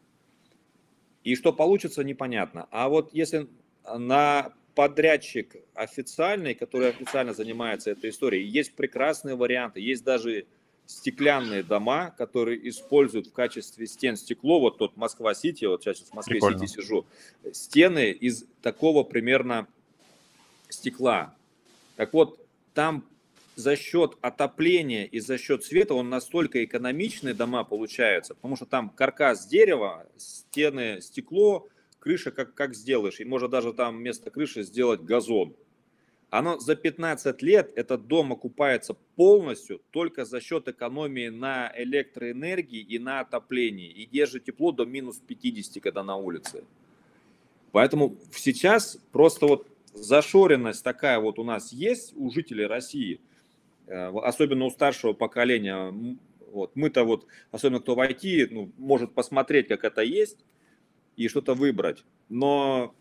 Speaker 2: И что получится, непонятно. А вот если на подрядчик официальный, который официально занимается этой историей, есть прекрасные варианты, есть даже стеклянные дома, которые используют в качестве стен стекло, вот тот Москва-Сити, вот сейчас в Москве-Сити сижу, стены из такого примерно стекла. Так вот, там за счет отопления и за счет света он настолько экономичные дома получаются, потому что там каркас дерева, стены стекло, крыша как сделаешь, и можно даже там вместо крыши сделать газон. Оно за 15 лет, этот дом окупается полностью только за счет экономии на электроэнергии и на отоплении. И держит тепло до минус 50, когда на улице. Поэтому сейчас просто вот зашоренность такая вот у нас есть у жителей России, особенно у старшего поколения. Вот, мы-то вот, особенно кто в IT, ну, может посмотреть, как это есть, и что-то выбрать. Но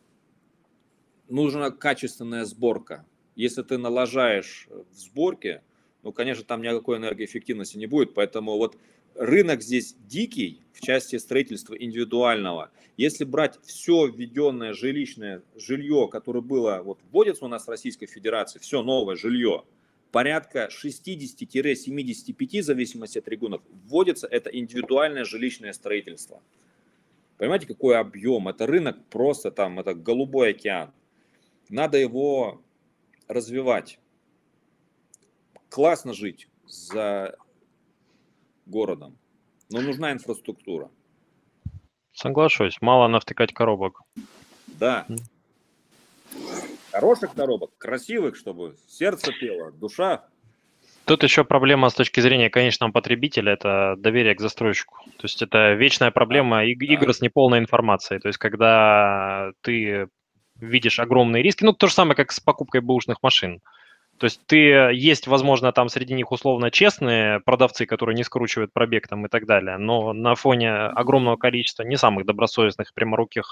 Speaker 2: нужна качественная сборка. Если ты налажаешь в сборке, ну, конечно, там никакой энергоэффективности не будет. Поэтому вот рынок здесь дикий в части строительства индивидуального. Если брать все введенное жилищное жилье, которое было, вот вводится у нас в Российской Федерации, все новое жилье, порядка 60-75, в зависимости от регионов, вводится это индивидуальное жилищное строительство. Понимаете, какой объем? Это рынок просто там, это голубой океан. Надо его развивать. Классно жить за городом, но нужна инфраструктура.
Speaker 3: Соглашусь, мало навтыкать коробок.
Speaker 2: Да. Хороших коробок, красивых, чтобы сердце пело, душа.
Speaker 3: Тут еще проблема с точки зрения конечного потребителя, это доверие к застройщику. То есть это вечная проблема игр с неполной информацией. То есть когда ты видишь огромные риски, ну то же самое, как с покупкой бэушных машин. То есть есть, возможно, там среди них условно честные продавцы, которые не скручивают пробег там и так далее, но на фоне огромного количества не самых добросовестных, пряморуких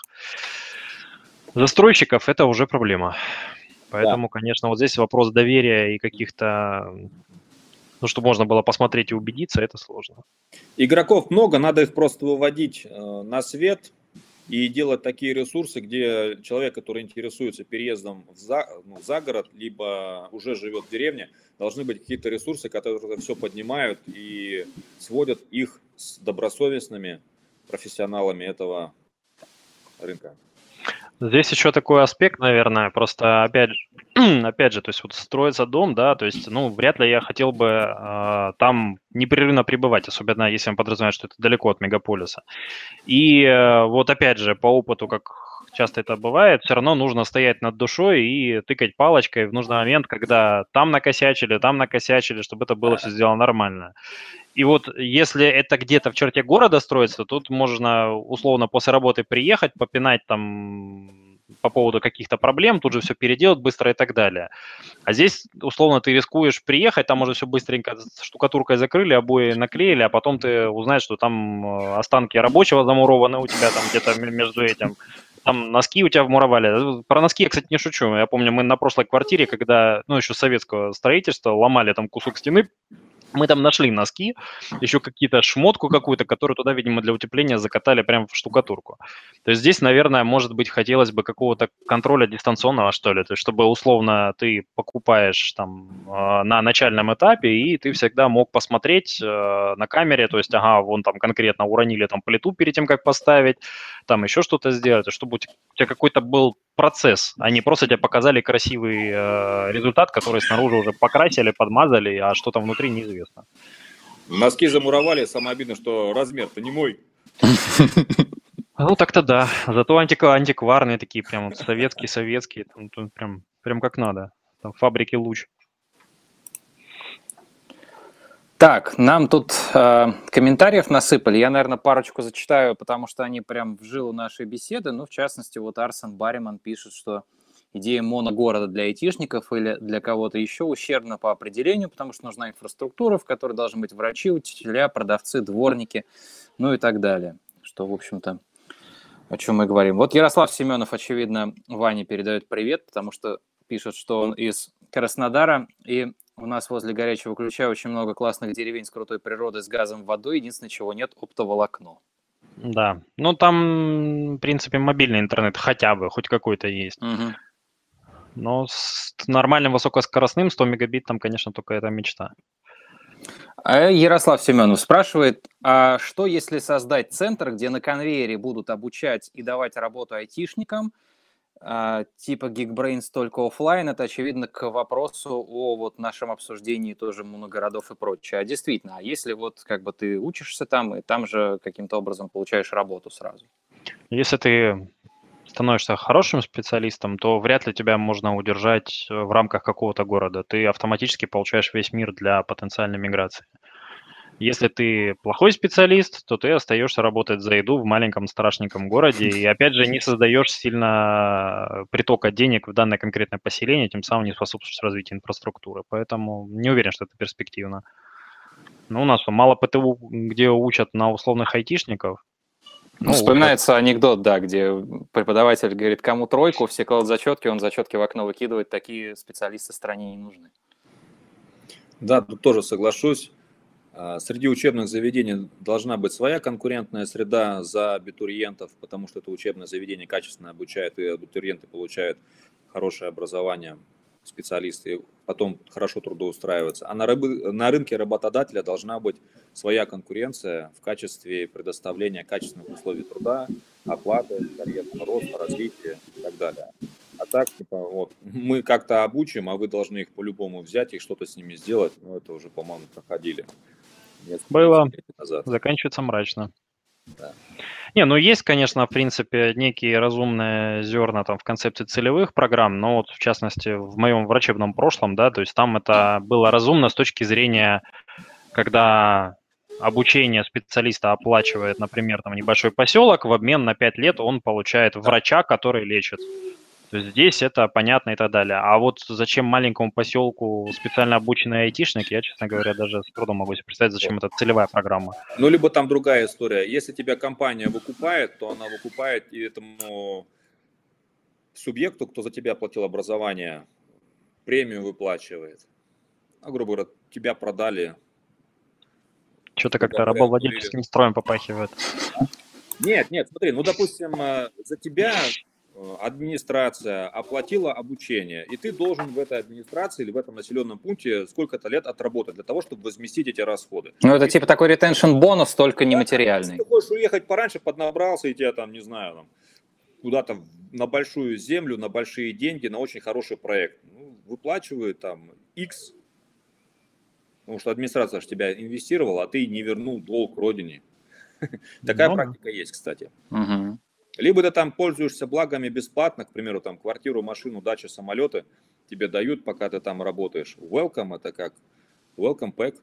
Speaker 3: застройщиков это уже проблема. Поэтому, конечно, вот здесь вопрос доверия и каких-то, ну, чтобы можно было посмотреть и убедиться, это сложно.
Speaker 2: Игроков много, надо их просто выводить на свет и делать такие ресурсы, где человек, который интересуется переездом за город, либо уже живет в деревне, должны быть какие-то ресурсы, которые это все поднимают и сводят их с добросовестными профессионалами этого рынка.
Speaker 3: Здесь еще такой аспект, наверное, просто опять же, то есть вот строится дом, да, то есть, ну, вряд ли я хотел бы там непрерывно пребывать, особенно если он подразумевает, что это далеко от мегаполиса. И вот опять же, по опыту, как часто это бывает, все равно нужно стоять над душой и тыкать палочкой в нужный момент, когда там накосячили, чтобы это было все сделано нормально. И вот если это где-то в черте города строится, тут можно условно после работы приехать, попинать там по поводу каких-то проблем, тут же все переделать быстро и так далее. А здесь, условно, ты рискуешь приехать, там уже все быстренько штукатуркой закрыли, обои наклеили, а потом ты узнаешь, что там останки рабочего замурованы у тебя там где-то между этим. Там носки у тебя вмуровали. Про носки я, кстати, не шучу. Я помню, мы на прошлой квартире, когда, ну, еще советского строительства, ломали там кусок стены, мы там нашли носки, еще какие-то шмотку какую-то, которую туда, видимо, для утепления закатали прямо в штукатурку. То есть здесь, наверное, может быть, хотелось бы какого-то контроля дистанционного, что ли, то есть чтобы условно ты покупаешь там на начальном этапе, и ты всегда мог посмотреть на камере, то есть, ага, вон там конкретно уронили там плиту перед тем, как поставить, там еще что-то сделать, чтобы у тебя какой-то был процесс, а не просто тебе показали красивый результат, который снаружи уже покрасили, подмазали, а что там внутри неизвестно.
Speaker 2: Носки замуровали, самое обидное, что размер-то не мой.
Speaker 3: Ну, так-то да. Зато антикварные такие, прям вот советские, там прям как надо. Там фабрики Луч.
Speaker 1: Так, нам тут комментариев насыпали. Я, наверное, парочку зачитаю, потому что они прям в жилу нашей беседы. Ну, в частности, вот Арсен Барриман пишет, что идея моногорода для айтишников или для кого-то еще ущербна по определению, потому что нужна инфраструктура, в которой должны быть врачи, учителя, продавцы, дворники, ну и так далее. Что, в общем-то, о чем мы говорим. Вот Ярослав Семенов, очевидно, Ване передает привет, потому что пишет, что он из Краснодара, и у нас возле Горячего Ключа очень много классных деревень с крутой природой, с газом, водой. Единственное, чего нет, оптоволокно.
Speaker 3: Да. Ну, там, в принципе, мобильный интернет хотя бы, хоть какой-то есть.
Speaker 1: Угу.
Speaker 3: Но с нормальным высокоскоростным 100 мегабит там, конечно, только это мечта.
Speaker 1: Ярослав Семенов спрашивает, а что если создать центр, где на конвейере будут обучать и давать работу айтишникам, типа Geekbrains только офлайн? Это, очевидно, к вопросу о вот нашем обсуждении тоже моногородов и прочее. А действительно, а если вот как бы ты учишься там, и там же каким-то образом получаешь работу сразу?
Speaker 3: Если ты становишься хорошим специалистом, то вряд ли тебя можно удержать в рамках какого-то города. Ты автоматически получаешь весь мир для потенциальной миграции. Если ты плохой специалист, то ты остаешься работать за еду в маленьком страшненьком городе и, опять же, не создаешь сильно притока денег в данное конкретное поселение, тем самым не способствуешь развитию инфраструктуры. Поэтому не уверен, что это перспективно. Но у нас мало ПТУ, где учат на условных айтишников.
Speaker 1: Ну, вспоминается анекдот, да, где преподаватель говорит, кому тройку, все кладут зачетки, он зачетки в окно выкидывает, такие специалисты стране не нужны.
Speaker 2: Да, тут тоже соглашусь. Среди учебных заведений должна быть своя конкурентная среда за абитуриентов, потому что это учебное заведение качественно обучает, и абитуриенты получают хорошее образование, специалисты, потом хорошо трудоустраиваются. А на рынке работодателя должна быть своя конкуренция в качестве предоставления качественных условий труда, оплаты, карьерного роста, развития и так далее. А так, типа, вот, мы как-то обучим, а вы должны их по-любому взять и что-то с ними сделать. Ну, это уже, по-моему, проходили.
Speaker 3: Было. Заканчивается мрачно.
Speaker 2: Да.
Speaker 3: Не, ну есть, конечно, в принципе, некие разумные зерна там в концепции целевых программ, но вот в частности в моем врачебном прошлом, да, то есть там это было разумно с точки зрения, когда обучение специалиста оплачивает, например, там небольшой поселок, в обмен на 5 лет он получает врача, который лечит. То есть здесь это понятно и так далее. А вот зачем маленькому поселку специально обученный айтишник, я, честно говоря, даже с трудом могу себе представить, зачем это целевая программа.
Speaker 2: Ну, либо там другая история. Если тебя компания выкупает, то она выкупает и этому субъекту, кто за тебя оплатил образование, премию выплачивает. А, грубо говоря, тебя продали.
Speaker 3: Что-то как-то рабовладельческим строем попахивает.
Speaker 2: Нет, смотри, ну, допустим, за тебя администрация оплатила обучение, и ты должен в этой администрации или в этом населенном пункте сколько-то лет отработать для того, чтобы возместить эти расходы.
Speaker 1: Ну, это типа такой ретеншн бонус, только нематериальный.
Speaker 2: Если ты хочешь уехать пораньше, поднабрался, и тебя там, не знаю, там, куда-то на большую землю, на большие деньги, на очень хороший проект. Ну, выплачивают там X, потому что администрация же тебя инвестировала, а ты не вернул долг родине. Такая практика есть, кстати. Либо ты там пользуешься благами бесплатно, к примеру, там квартиру, машину, дачу, самолеты тебе дают, пока ты там работаешь. Welcome, это как welcome pack.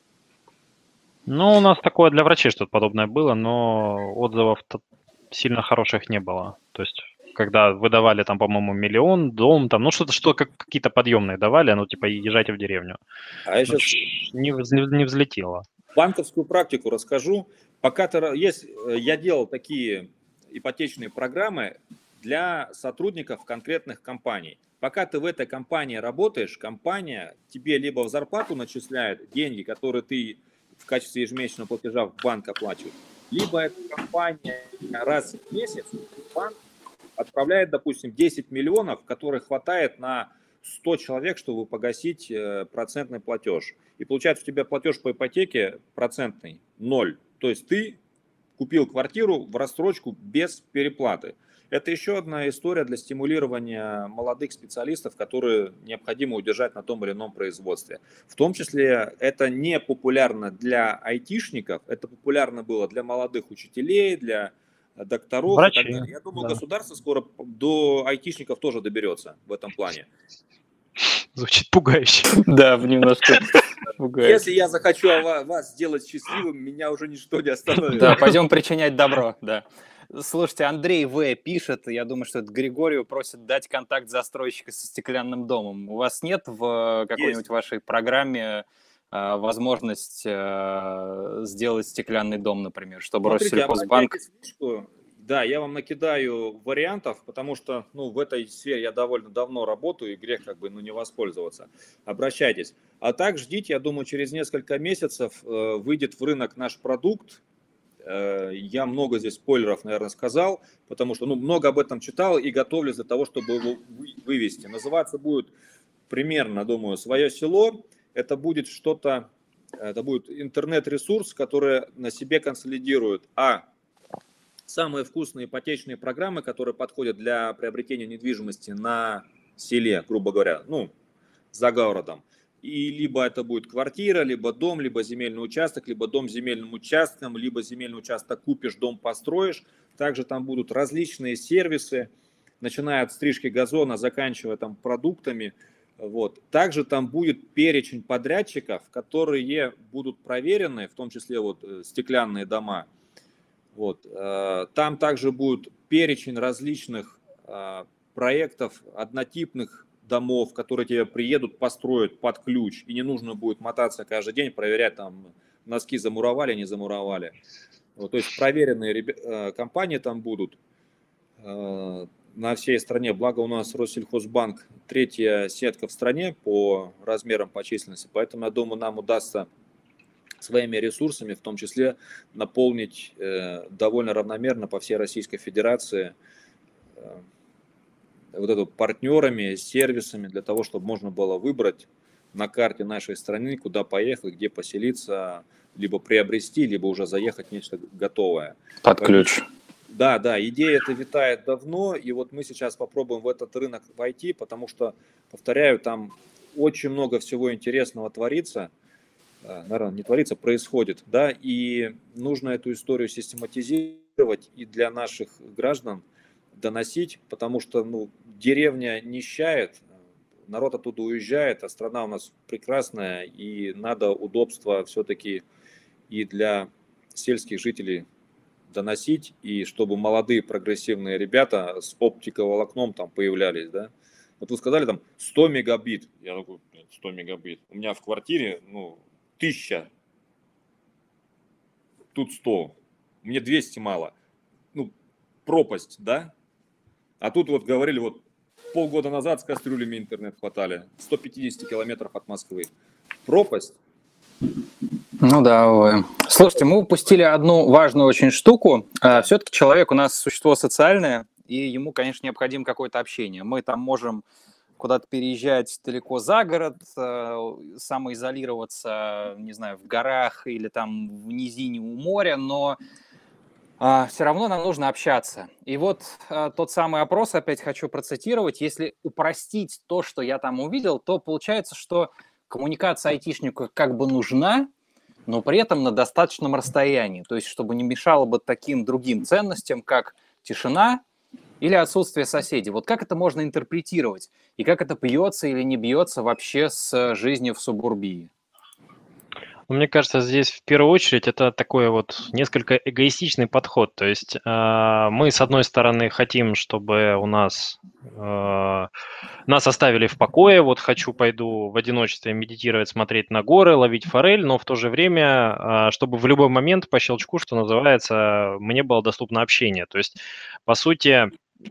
Speaker 3: Ну, у нас такое для врачей что-то подобное было, но отзывов сильно хороших не было. То есть когда выдавали там, по-моему, миллион, дом, там, ну что какие-то подъемные давали, ну типа езжайте в деревню.
Speaker 2: А я
Speaker 3: Ну,
Speaker 2: сейчас
Speaker 3: не взлетело.
Speaker 2: банковскую практику расскажу. Я делал такие ипотечные программы для сотрудников конкретных компаний. Пока ты в этой компании работаешь, компания тебе либо в зарплату начисляет деньги, которые ты в качестве ежемесячного платежа в банк оплачиваешь, либо эта компания раз в месяц в банк отправляет, допустим, 10 миллионов, которых хватает на 100 человек, чтобы погасить процентный платеж. И получается, у тебя платеж по ипотеке процентный 0. То есть ты купил квартиру в рассрочку без переплаты. Это еще одна история для стимулирования молодых специалистов, которые необходимо удержать на том или ином производстве. В том числе это не популярно для айтишников, это популярно было для молодых учителей, для докторов и так далее. Я думаю, государство скоро до айтишников тоже доберется в этом плане.
Speaker 3: Звучит пугающе.
Speaker 1: Да, немножко пугает.
Speaker 2: Если я захочу вас сделать счастливым, меня уже ничто не остановит.
Speaker 1: Да, пойдем причинять добро, да. Слушайте, Андрей В. пишет, я думаю, что это Григорию, просит дать контакт застройщика со стеклянным домом. У вас нет в какой-нибудь вашей программе возможность сделать стеклянный дом, например, чтобы Россельхозбанк...
Speaker 2: Да, я вам накидаю вариантов, потому что в этой сфере я довольно давно работаю, и грех не воспользоваться. Обращайтесь. А так ждите, я думаю, через несколько месяцев выйдет в рынок наш продукт. Я много здесь спойлеров, наверное, сказал, потому что много об этом читал и готовлюсь для того, чтобы его вывести. Называться будет примерно, думаю, «Свое село». Это будет это будет интернет-ресурс, который на себе консолидирует самые вкусные ипотечные программы, которые подходят для приобретения недвижимости на селе, грубо говоря, за городом. И либо это будет квартира, либо дом, либо земельный участок, либо дом с земельным участком, либо земельный участок купишь, дом построишь. Также там будут различные сервисы, начиная от стрижки газона, заканчивая продуктами. Также там будет перечень подрядчиков, которые будут проверены, в том числе стеклянные дома. Там также будет перечень различных проектов, однотипных домов, которые тебе приедут, построят под ключ, и не нужно будет мотаться каждый день, проверять, носки замуровали, не замуровали. То есть проверенные компании там будут на всей стране. Благо у нас Россельхозбанк третья сетка в стране по размерам, по численности, поэтому, я думаю, нам удастся своими ресурсами, в том числе, наполнить довольно равномерно по всей Российской Федерации партнерами, сервисами, для того, чтобы можно было выбрать на карте нашей страны, куда поехать, где поселиться, либо приобрести, либо уже заехать нечто готовое.
Speaker 1: Под ключ.
Speaker 2: Да, идея эта витает давно, и мы сейчас попробуем в этот рынок войти, потому что, повторяю, там очень много всего интересного творится, наверное, не творится, происходит, да, и нужно эту историю систематизировать и для наших граждан доносить, потому что, деревня нищает, народ оттуда уезжает, а страна у нас прекрасная, и надо удобства все-таки и для сельских жителей доносить, и чтобы молодые прогрессивные ребята с оптиковолокном там появлялись, да. Вы сказали 100 мегабит, я такой, 100 мегабит, у меня в квартире, 1000, тут 100, мне 200 мало, пропасть, да. А тут говорили, полгода назад с кастрюлями интернет хватали, 150 километров от Москвы. Пропасть.
Speaker 1: Да, увы. Слушайте, мы упустили одну важную очень штуку. Все-таки человек у нас существо социальное, и ему, конечно, необходимо какое-то общение. Мы там можем куда-то переезжать далеко за город, самоизолироваться, не знаю, в горах или там в низине у моря, но все равно нам нужно общаться. И тот самый опрос, опять хочу процитировать, если упростить то, что я там увидел, то получается, что коммуникация айтишнику как бы нужна, но при этом на достаточном расстоянии, то есть чтобы не мешало бы таким другим ценностям, как тишина или отсутствие соседей. Как это можно интерпретировать? И как это бьется или не бьется вообще с жизнью в субурбии?
Speaker 3: Мне кажется, здесь в первую очередь это такой вот несколько эгоистичный подход. То есть мы, с одной стороны, хотим, чтобы нас оставили в покое. Вот хочу, пойду в одиночестве медитировать, смотреть на горы, ловить форель, но в то же время, чтобы в любой момент по щелчку, что называется, мне было доступно общение. То есть, по сути,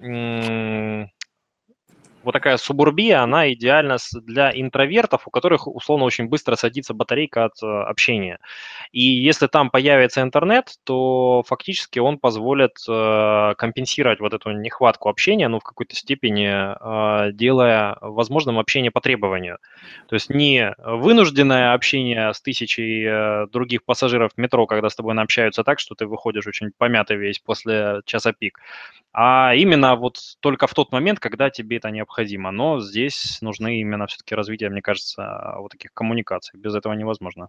Speaker 3: вот такая субурбия, она идеальна для интровертов, у которых, условно, очень быстро садится батарейка от общения. И если там появится интернет, то фактически он позволит компенсировать вот эту нехватку общения, ну, в какой-то степени делая возможным общение по требованию. То есть не вынужденное общение с тысячей других пассажиров в метро, когда с тобой общаются так, что ты выходишь очень помятый весь после часа пик, а именно вот только в тот момент, когда тебе это необходимо. Но здесь нужны именно все-таки развитие, мне кажется, вот таких коммуникаций. Без этого невозможно.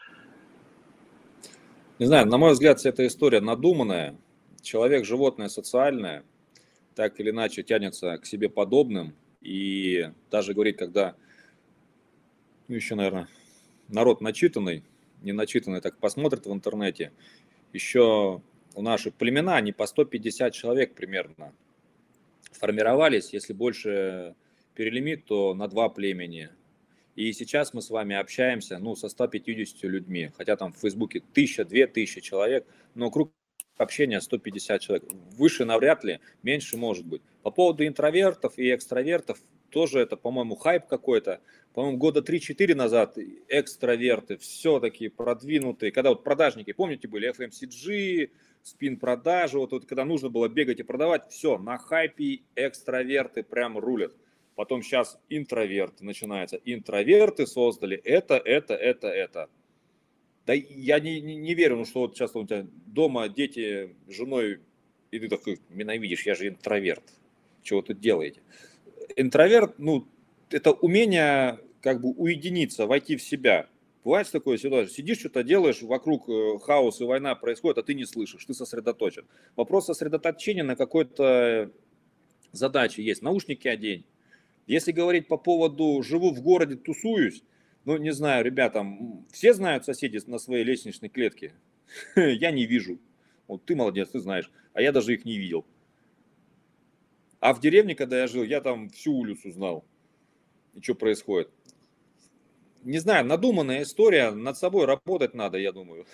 Speaker 2: Не знаю, на мой взгляд, вся эта история надуманная. Человек – животное социальное, так или иначе тянется к себе подобным. И даже говорить, когда, ну, еще, наверное, народ начитанный, не начитанный, так посмотрит в интернете, еще у наших племена, они по 150 человек примерно формировались, если больше перелимит, то на 2 племени. И сейчас мы с вами общаемся, ну, со 150 людьми, хотя там в Фейсбуке 1000-2000 человек, но круг общения 150 человек. Выше навряд ли, меньше может быть. По поводу интровертов и экстравертов, тоже это, по-моему, хайп какой-то. По-моему, года 3-4 назад экстраверты, все такие продвинутые. Когда вот продажники, помните, были FMCG, спин-продажи, вот когда нужно было бегать и продавать, все, на хайпе экстраверты прям рулят. Потом сейчас интроверты начинается. Интроверты создали это. Да я не верю, ну что вот сейчас у тебя дома дети с женой, и ты такой, ненавидишь, я же интроверт. Чего вы тут делаете? Интроверт, ну, это умение как бы уединиться, войти в себя. Бывает такое ситуация, сидишь, что-то делаешь, вокруг хаос и война происходит, а ты не слышишь, ты сосредоточен. Вопрос сосредоточения на какой-то задаче есть. Наушники одень. Если говорить по поводу «живу в городе, тусуюсь», ну, не знаю, ребята, все знают соседи на своей лестничной клетке? Я не вижу. Вот ты молодец, ты знаешь, а я даже их не видел. А в деревне, когда я жил, я там всю улицу знал, и что происходит. Не знаю, надуманная история, над собой работать надо, я думаю.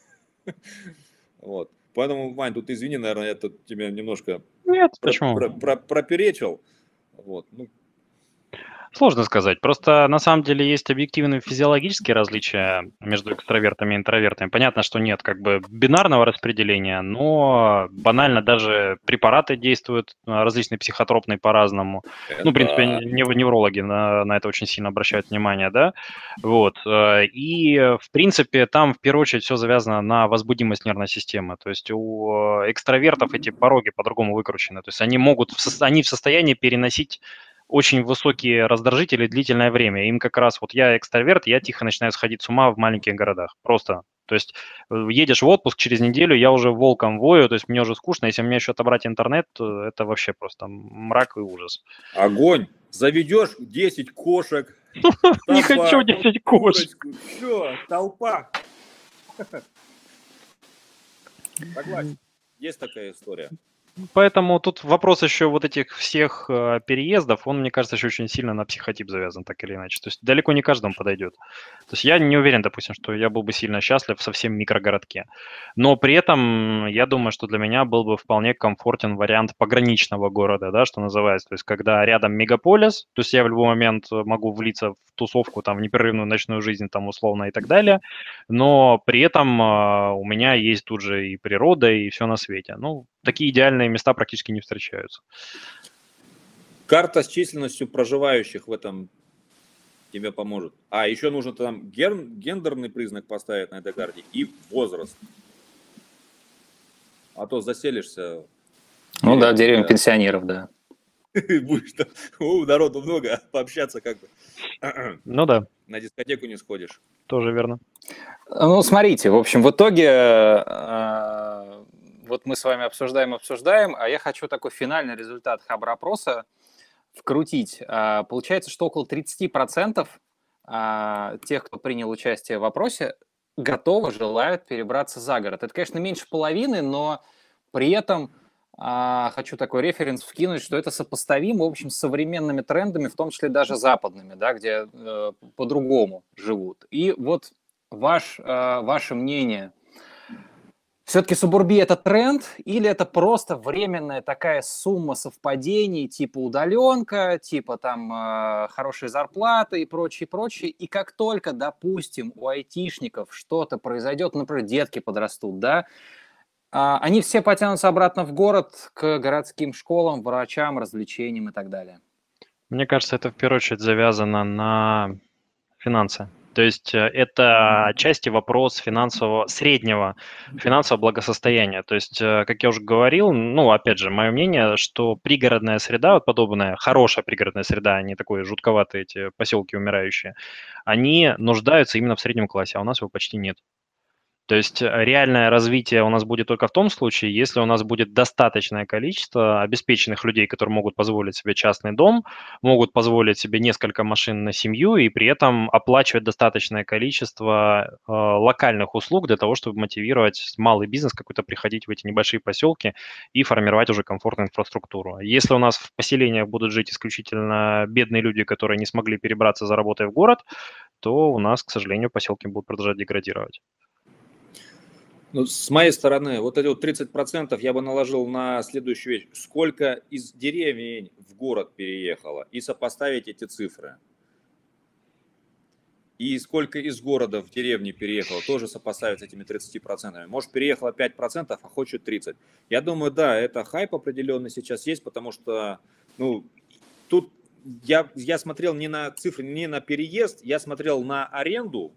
Speaker 2: Вот. Поэтому, Вань, тут извини, наверное, я тут тебя немножко
Speaker 3: Нет, почему?
Speaker 2: проперечил. Вот. Ну,
Speaker 3: Сложно сказать. Просто на самом деле есть объективные физиологические различия между экстравертами и интровертами. Понятно, что нет как бы бинарного распределения, но банально даже препараты действуют различные психотропные по-разному. Ну, в принципе, неврологи на это очень сильно обращают внимание, да. Вот. И, в принципе, там в первую очередь все завязано на возбудимость нервной системы. То есть у экстравертов эти пороги по-другому выкручены. То есть они в состоянии переносить очень высокие раздражители длительное время. Им как раз, вот я экстраверт, я тихо начинаю сходить с ума в маленьких городах. Просто. То есть едешь в отпуск, через неделю я уже волком вою, то есть мне уже скучно. Если мне еще отобрать интернет, то это вообще просто мрак и ужас.
Speaker 2: Огонь! Заведешь 10 кошек.
Speaker 3: Не хочу 10 кошек.
Speaker 2: Все, толпа. Согласен. Есть такая история.
Speaker 3: Поэтому тут вопрос еще вот этих всех переездов, он, мне кажется, еще очень сильно на психотип завязан, так или иначе. То есть далеко не каждому подойдет. То есть я не уверен, допустим, что я был бы сильно счастлив в совсем микрогородке. Но при этом я думаю, что для меня был бы вполне комфортен вариант пограничного города, да, что называется. То есть когда рядом мегаполис, то есть я в любой момент могу влиться в тусовку, там, в непрерывную ночную жизнь, там, условно, и так далее. Но при этом у меня есть тут же и природа, и все на свете. Ну, такие идеальные места практически не встречаются.
Speaker 2: Карта с численностью проживающих в этом тебе поможет. А еще нужно там гендерный признак поставить на этой карте и возраст. А то заселишься.
Speaker 1: Ну да, в деревне пенсионеров, да.
Speaker 2: Будешь там, народу много, пообщаться как бы.
Speaker 3: Ну да.
Speaker 2: На дискотеку не сходишь.
Speaker 3: Тоже верно.
Speaker 1: Ну, смотрите, в общем, в итоге вот мы с вами обсуждаем, а я хочу такой финальный результат Хабр-опроса вкрутить. Получается, что около 30% тех, кто принял участие в опросе, готовы, желают перебраться за город. Это, конечно, меньше половины, но при этом хочу такой референс вкинуть, что это сопоставимо, в общем, с современными трендами, в том числе даже западными, да, где по-другому живут. И вот ваше мнение. Все-таки субурбия – это тренд или это просто временная такая сумма совпадений, типа удаленка, типа там хорошие зарплаты и прочее, прочее. И как только, допустим, у айтишников что-то произойдет, например, детки подрастут, да, они все потянутся обратно в город к городским школам, врачам, развлечениям и так далее.
Speaker 3: Мне кажется, это в первую очередь завязано на финансы. То есть это отчасти вопрос среднего финансового благосостояния. То есть, как я уже говорил, ну, опять же, мое мнение, что пригородная среда, вот подобная, хорошая пригородная среда, а не такой жутковатые эти поселки умирающие, они нуждаются именно в среднем классе, а у нас его почти нет. То есть реальное развитие у нас будет только в том случае, если у нас будет достаточное количество обеспеченных людей, которые могут позволить себе частный дом, могут позволить себе несколько машин на семью и при этом оплачивать достаточное количество локальных услуг для того, чтобы мотивировать малый бизнес какой-то приходить в эти небольшие поселки и формировать уже комфортную инфраструктуру. Если у нас в поселениях будут жить исключительно бедные люди, которые не смогли перебраться за работой в город, то у нас, к сожалению, поселки будут продолжать деградировать.
Speaker 2: Ну, с моей стороны, вот эти вот 30% я бы наложил на следующую вещь. Сколько из деревень в город переехало, и сопоставить эти цифры. И сколько из города в деревню переехало, тоже сопоставить с этими 30%. Может, переехало 5%, а хочет 30%. Я думаю, да, это хайп определенный сейчас есть, потому что, ну, тут я смотрел не на цифры, не на переезд, я смотрел на аренду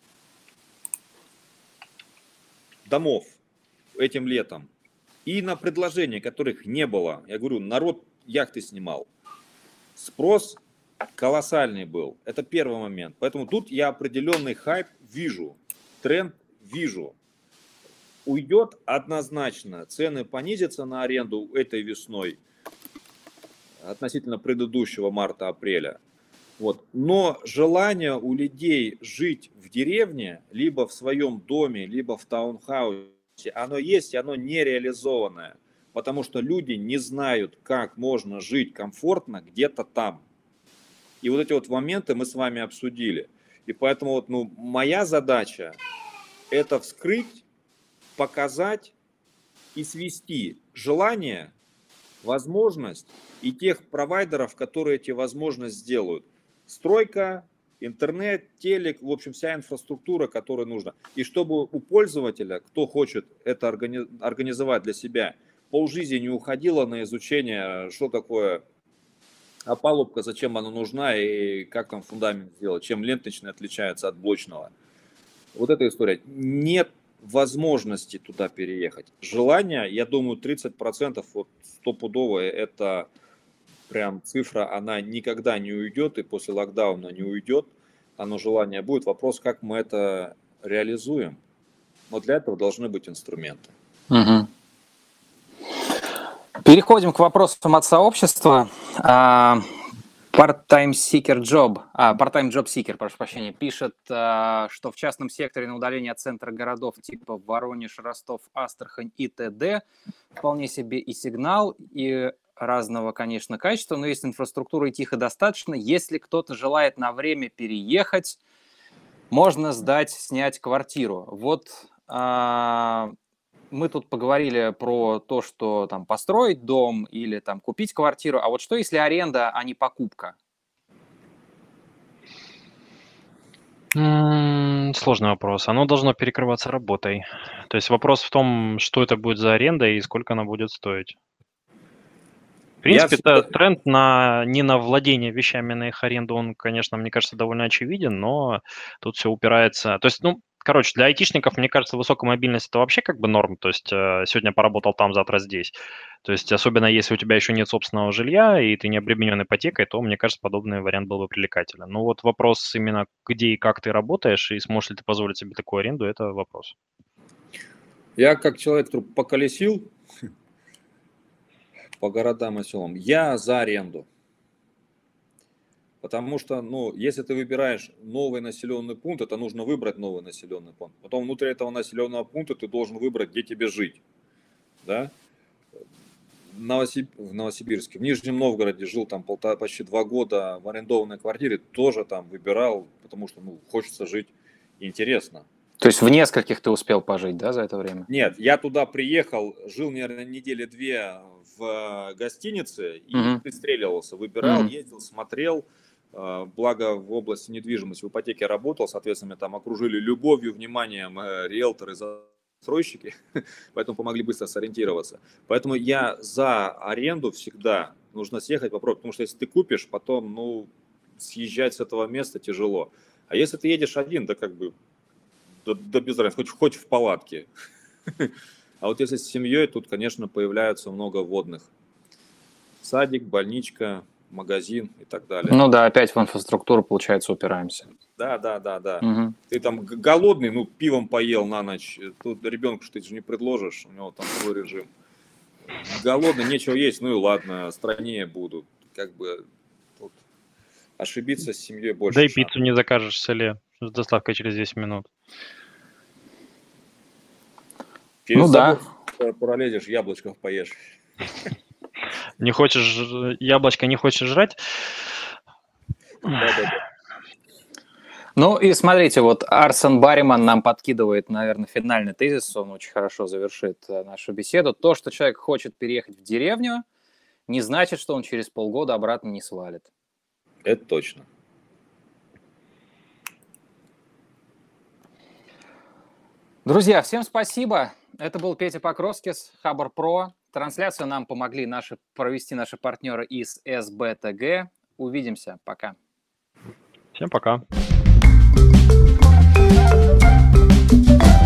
Speaker 2: домов этим летом и на предложения, которых не было. Я говорю, народ яхты снимал. Спрос колоссальный был. Это первый момент. Поэтому тут я определенный хайп вижу, тренд вижу. Уйдет однозначно. Цены понизятся на аренду этой весной относительно предыдущего марта-апреля. Вот. Но желание у людей жить в деревне, либо в своем доме, либо в таунхаусе, оно есть, и оно нереализованное. Потому что люди не знают, как можно жить комфортно где-то там. И вот эти вот моменты мы с вами обсудили. И поэтому вот, ну, моя задача – это вскрыть, показать и свести желание, возможность и тех провайдеров, которые эти возможности сделают. Стройка, интернет, телек, в общем, вся инфраструктура, которая нужна. И чтобы у пользователя, кто хочет это организовать для себя, полжизни не уходило на изучение, что такое опалубка, зачем она нужна и как там фундамент сделать, чем ленточный отличается от блочного. Вот эта история. Нет возможности туда переехать. Желание, я думаю, 30% вот стопудовое, это прям цифра, она никогда не уйдет, и после локдауна не уйдет. Оно желание будет. Вопрос, как мы это реализуем. Но для этого должны быть инструменты.
Speaker 1: Угу. Переходим к вопросам от сообщества. Part-time job seeker, прошу прощения, пишет, что в частном секторе на удалении от центра городов типа Воронеж, Ростов, Астрахань и т.д. вполне себе и сигнал, и разного, конечно, качества, но если инфраструктура и тихо достаточно, если кто-то желает на время переехать, можно снять квартиру. Вот мы тут поговорили про то, что там построить дом или там купить квартиру, а вот что если аренда, а не покупка?
Speaker 3: Сложный вопрос. Оно должно перекрываться работой. То есть вопрос в том, что это будет за аренда и сколько она будет стоить. В принципе, это тренд не на владение вещами, на их аренду, он, конечно, мне кажется, довольно очевиден, но тут все упирается... То есть, короче, для айтишников, мне кажется, высокая мобильность – это вообще как бы норм. То есть сегодня поработал там, завтра здесь. То есть особенно если у тебя еще нет собственного жилья и ты не обременен ипотекой, то, мне кажется, подобный вариант был бы привлекателен. Но вот вопрос именно где и как ты работаешь, и сможешь ли ты позволить себе такую аренду – это вопрос.
Speaker 2: Я как человек, который поколесил по городам и селам, я за аренду. Потому что, ну, если ты выбираешь новый населенный пункт, это нужно выбрать новый населенный пункт. Потом внутри этого населенного пункта ты должен выбрать, где тебе жить. Да? В Новосибирске, в Нижнем Новгороде жил там почти 2 года в арендованной квартире, тоже там выбирал, потому что, ну, хочется жить интересно.
Speaker 1: То есть в нескольких ты успел пожить, да, за это время?
Speaker 2: Нет, я туда приехал, жил, наверное, недели 2 в гостинице и пристреливался, выбирал, ездил, смотрел. Благо в области недвижимости, в ипотеке работал, соответственно, меня там окружили любовью, вниманием риэлторы, застройщики, поэтому помогли быстро сориентироваться. Поэтому я за аренду всегда нужно съехать, попробовать, потому что если ты купишь, потом, ну, съезжать с этого места тяжело. А если ты едешь один, да как бы, да без разницы, хоть в палатке. А вот если с семьей, тут, конечно, появляются много вводных. Садик, больничка, магазин и так далее.
Speaker 1: Ну да, опять в инфраструктуру, получается, упираемся.
Speaker 2: Да. Ты там голодный, ну, пивом поел на ночь. Тут ребенку что-то же не предложишь, у него там свой режим. Голодный, нечего есть, ну и ладно, страннее будут. Как бы тут ошибиться с семьей больше.
Speaker 3: Да и пиццу не закажешь в селе с доставкой через 10 минут.
Speaker 2: Через забор пролезешь, яблочков поешь.
Speaker 3: Не хочешь яблочко, не хочешь жрать?
Speaker 2: Да.
Speaker 1: Ну и смотрите, вот Арсен Барриман нам подкидывает, наверное, финальный тезис, он очень хорошо завершит нашу беседу. То, что человек хочет переехать в деревню, не значит, что он через полгода обратно не свалит.
Speaker 2: Это точно.
Speaker 1: Друзья, всем спасибо. Это был Петя Покровскис, Хабр Про. Трансляцию нам помогли провести наши партнеры из СБТГ. Увидимся. Пока.
Speaker 3: Всем пока.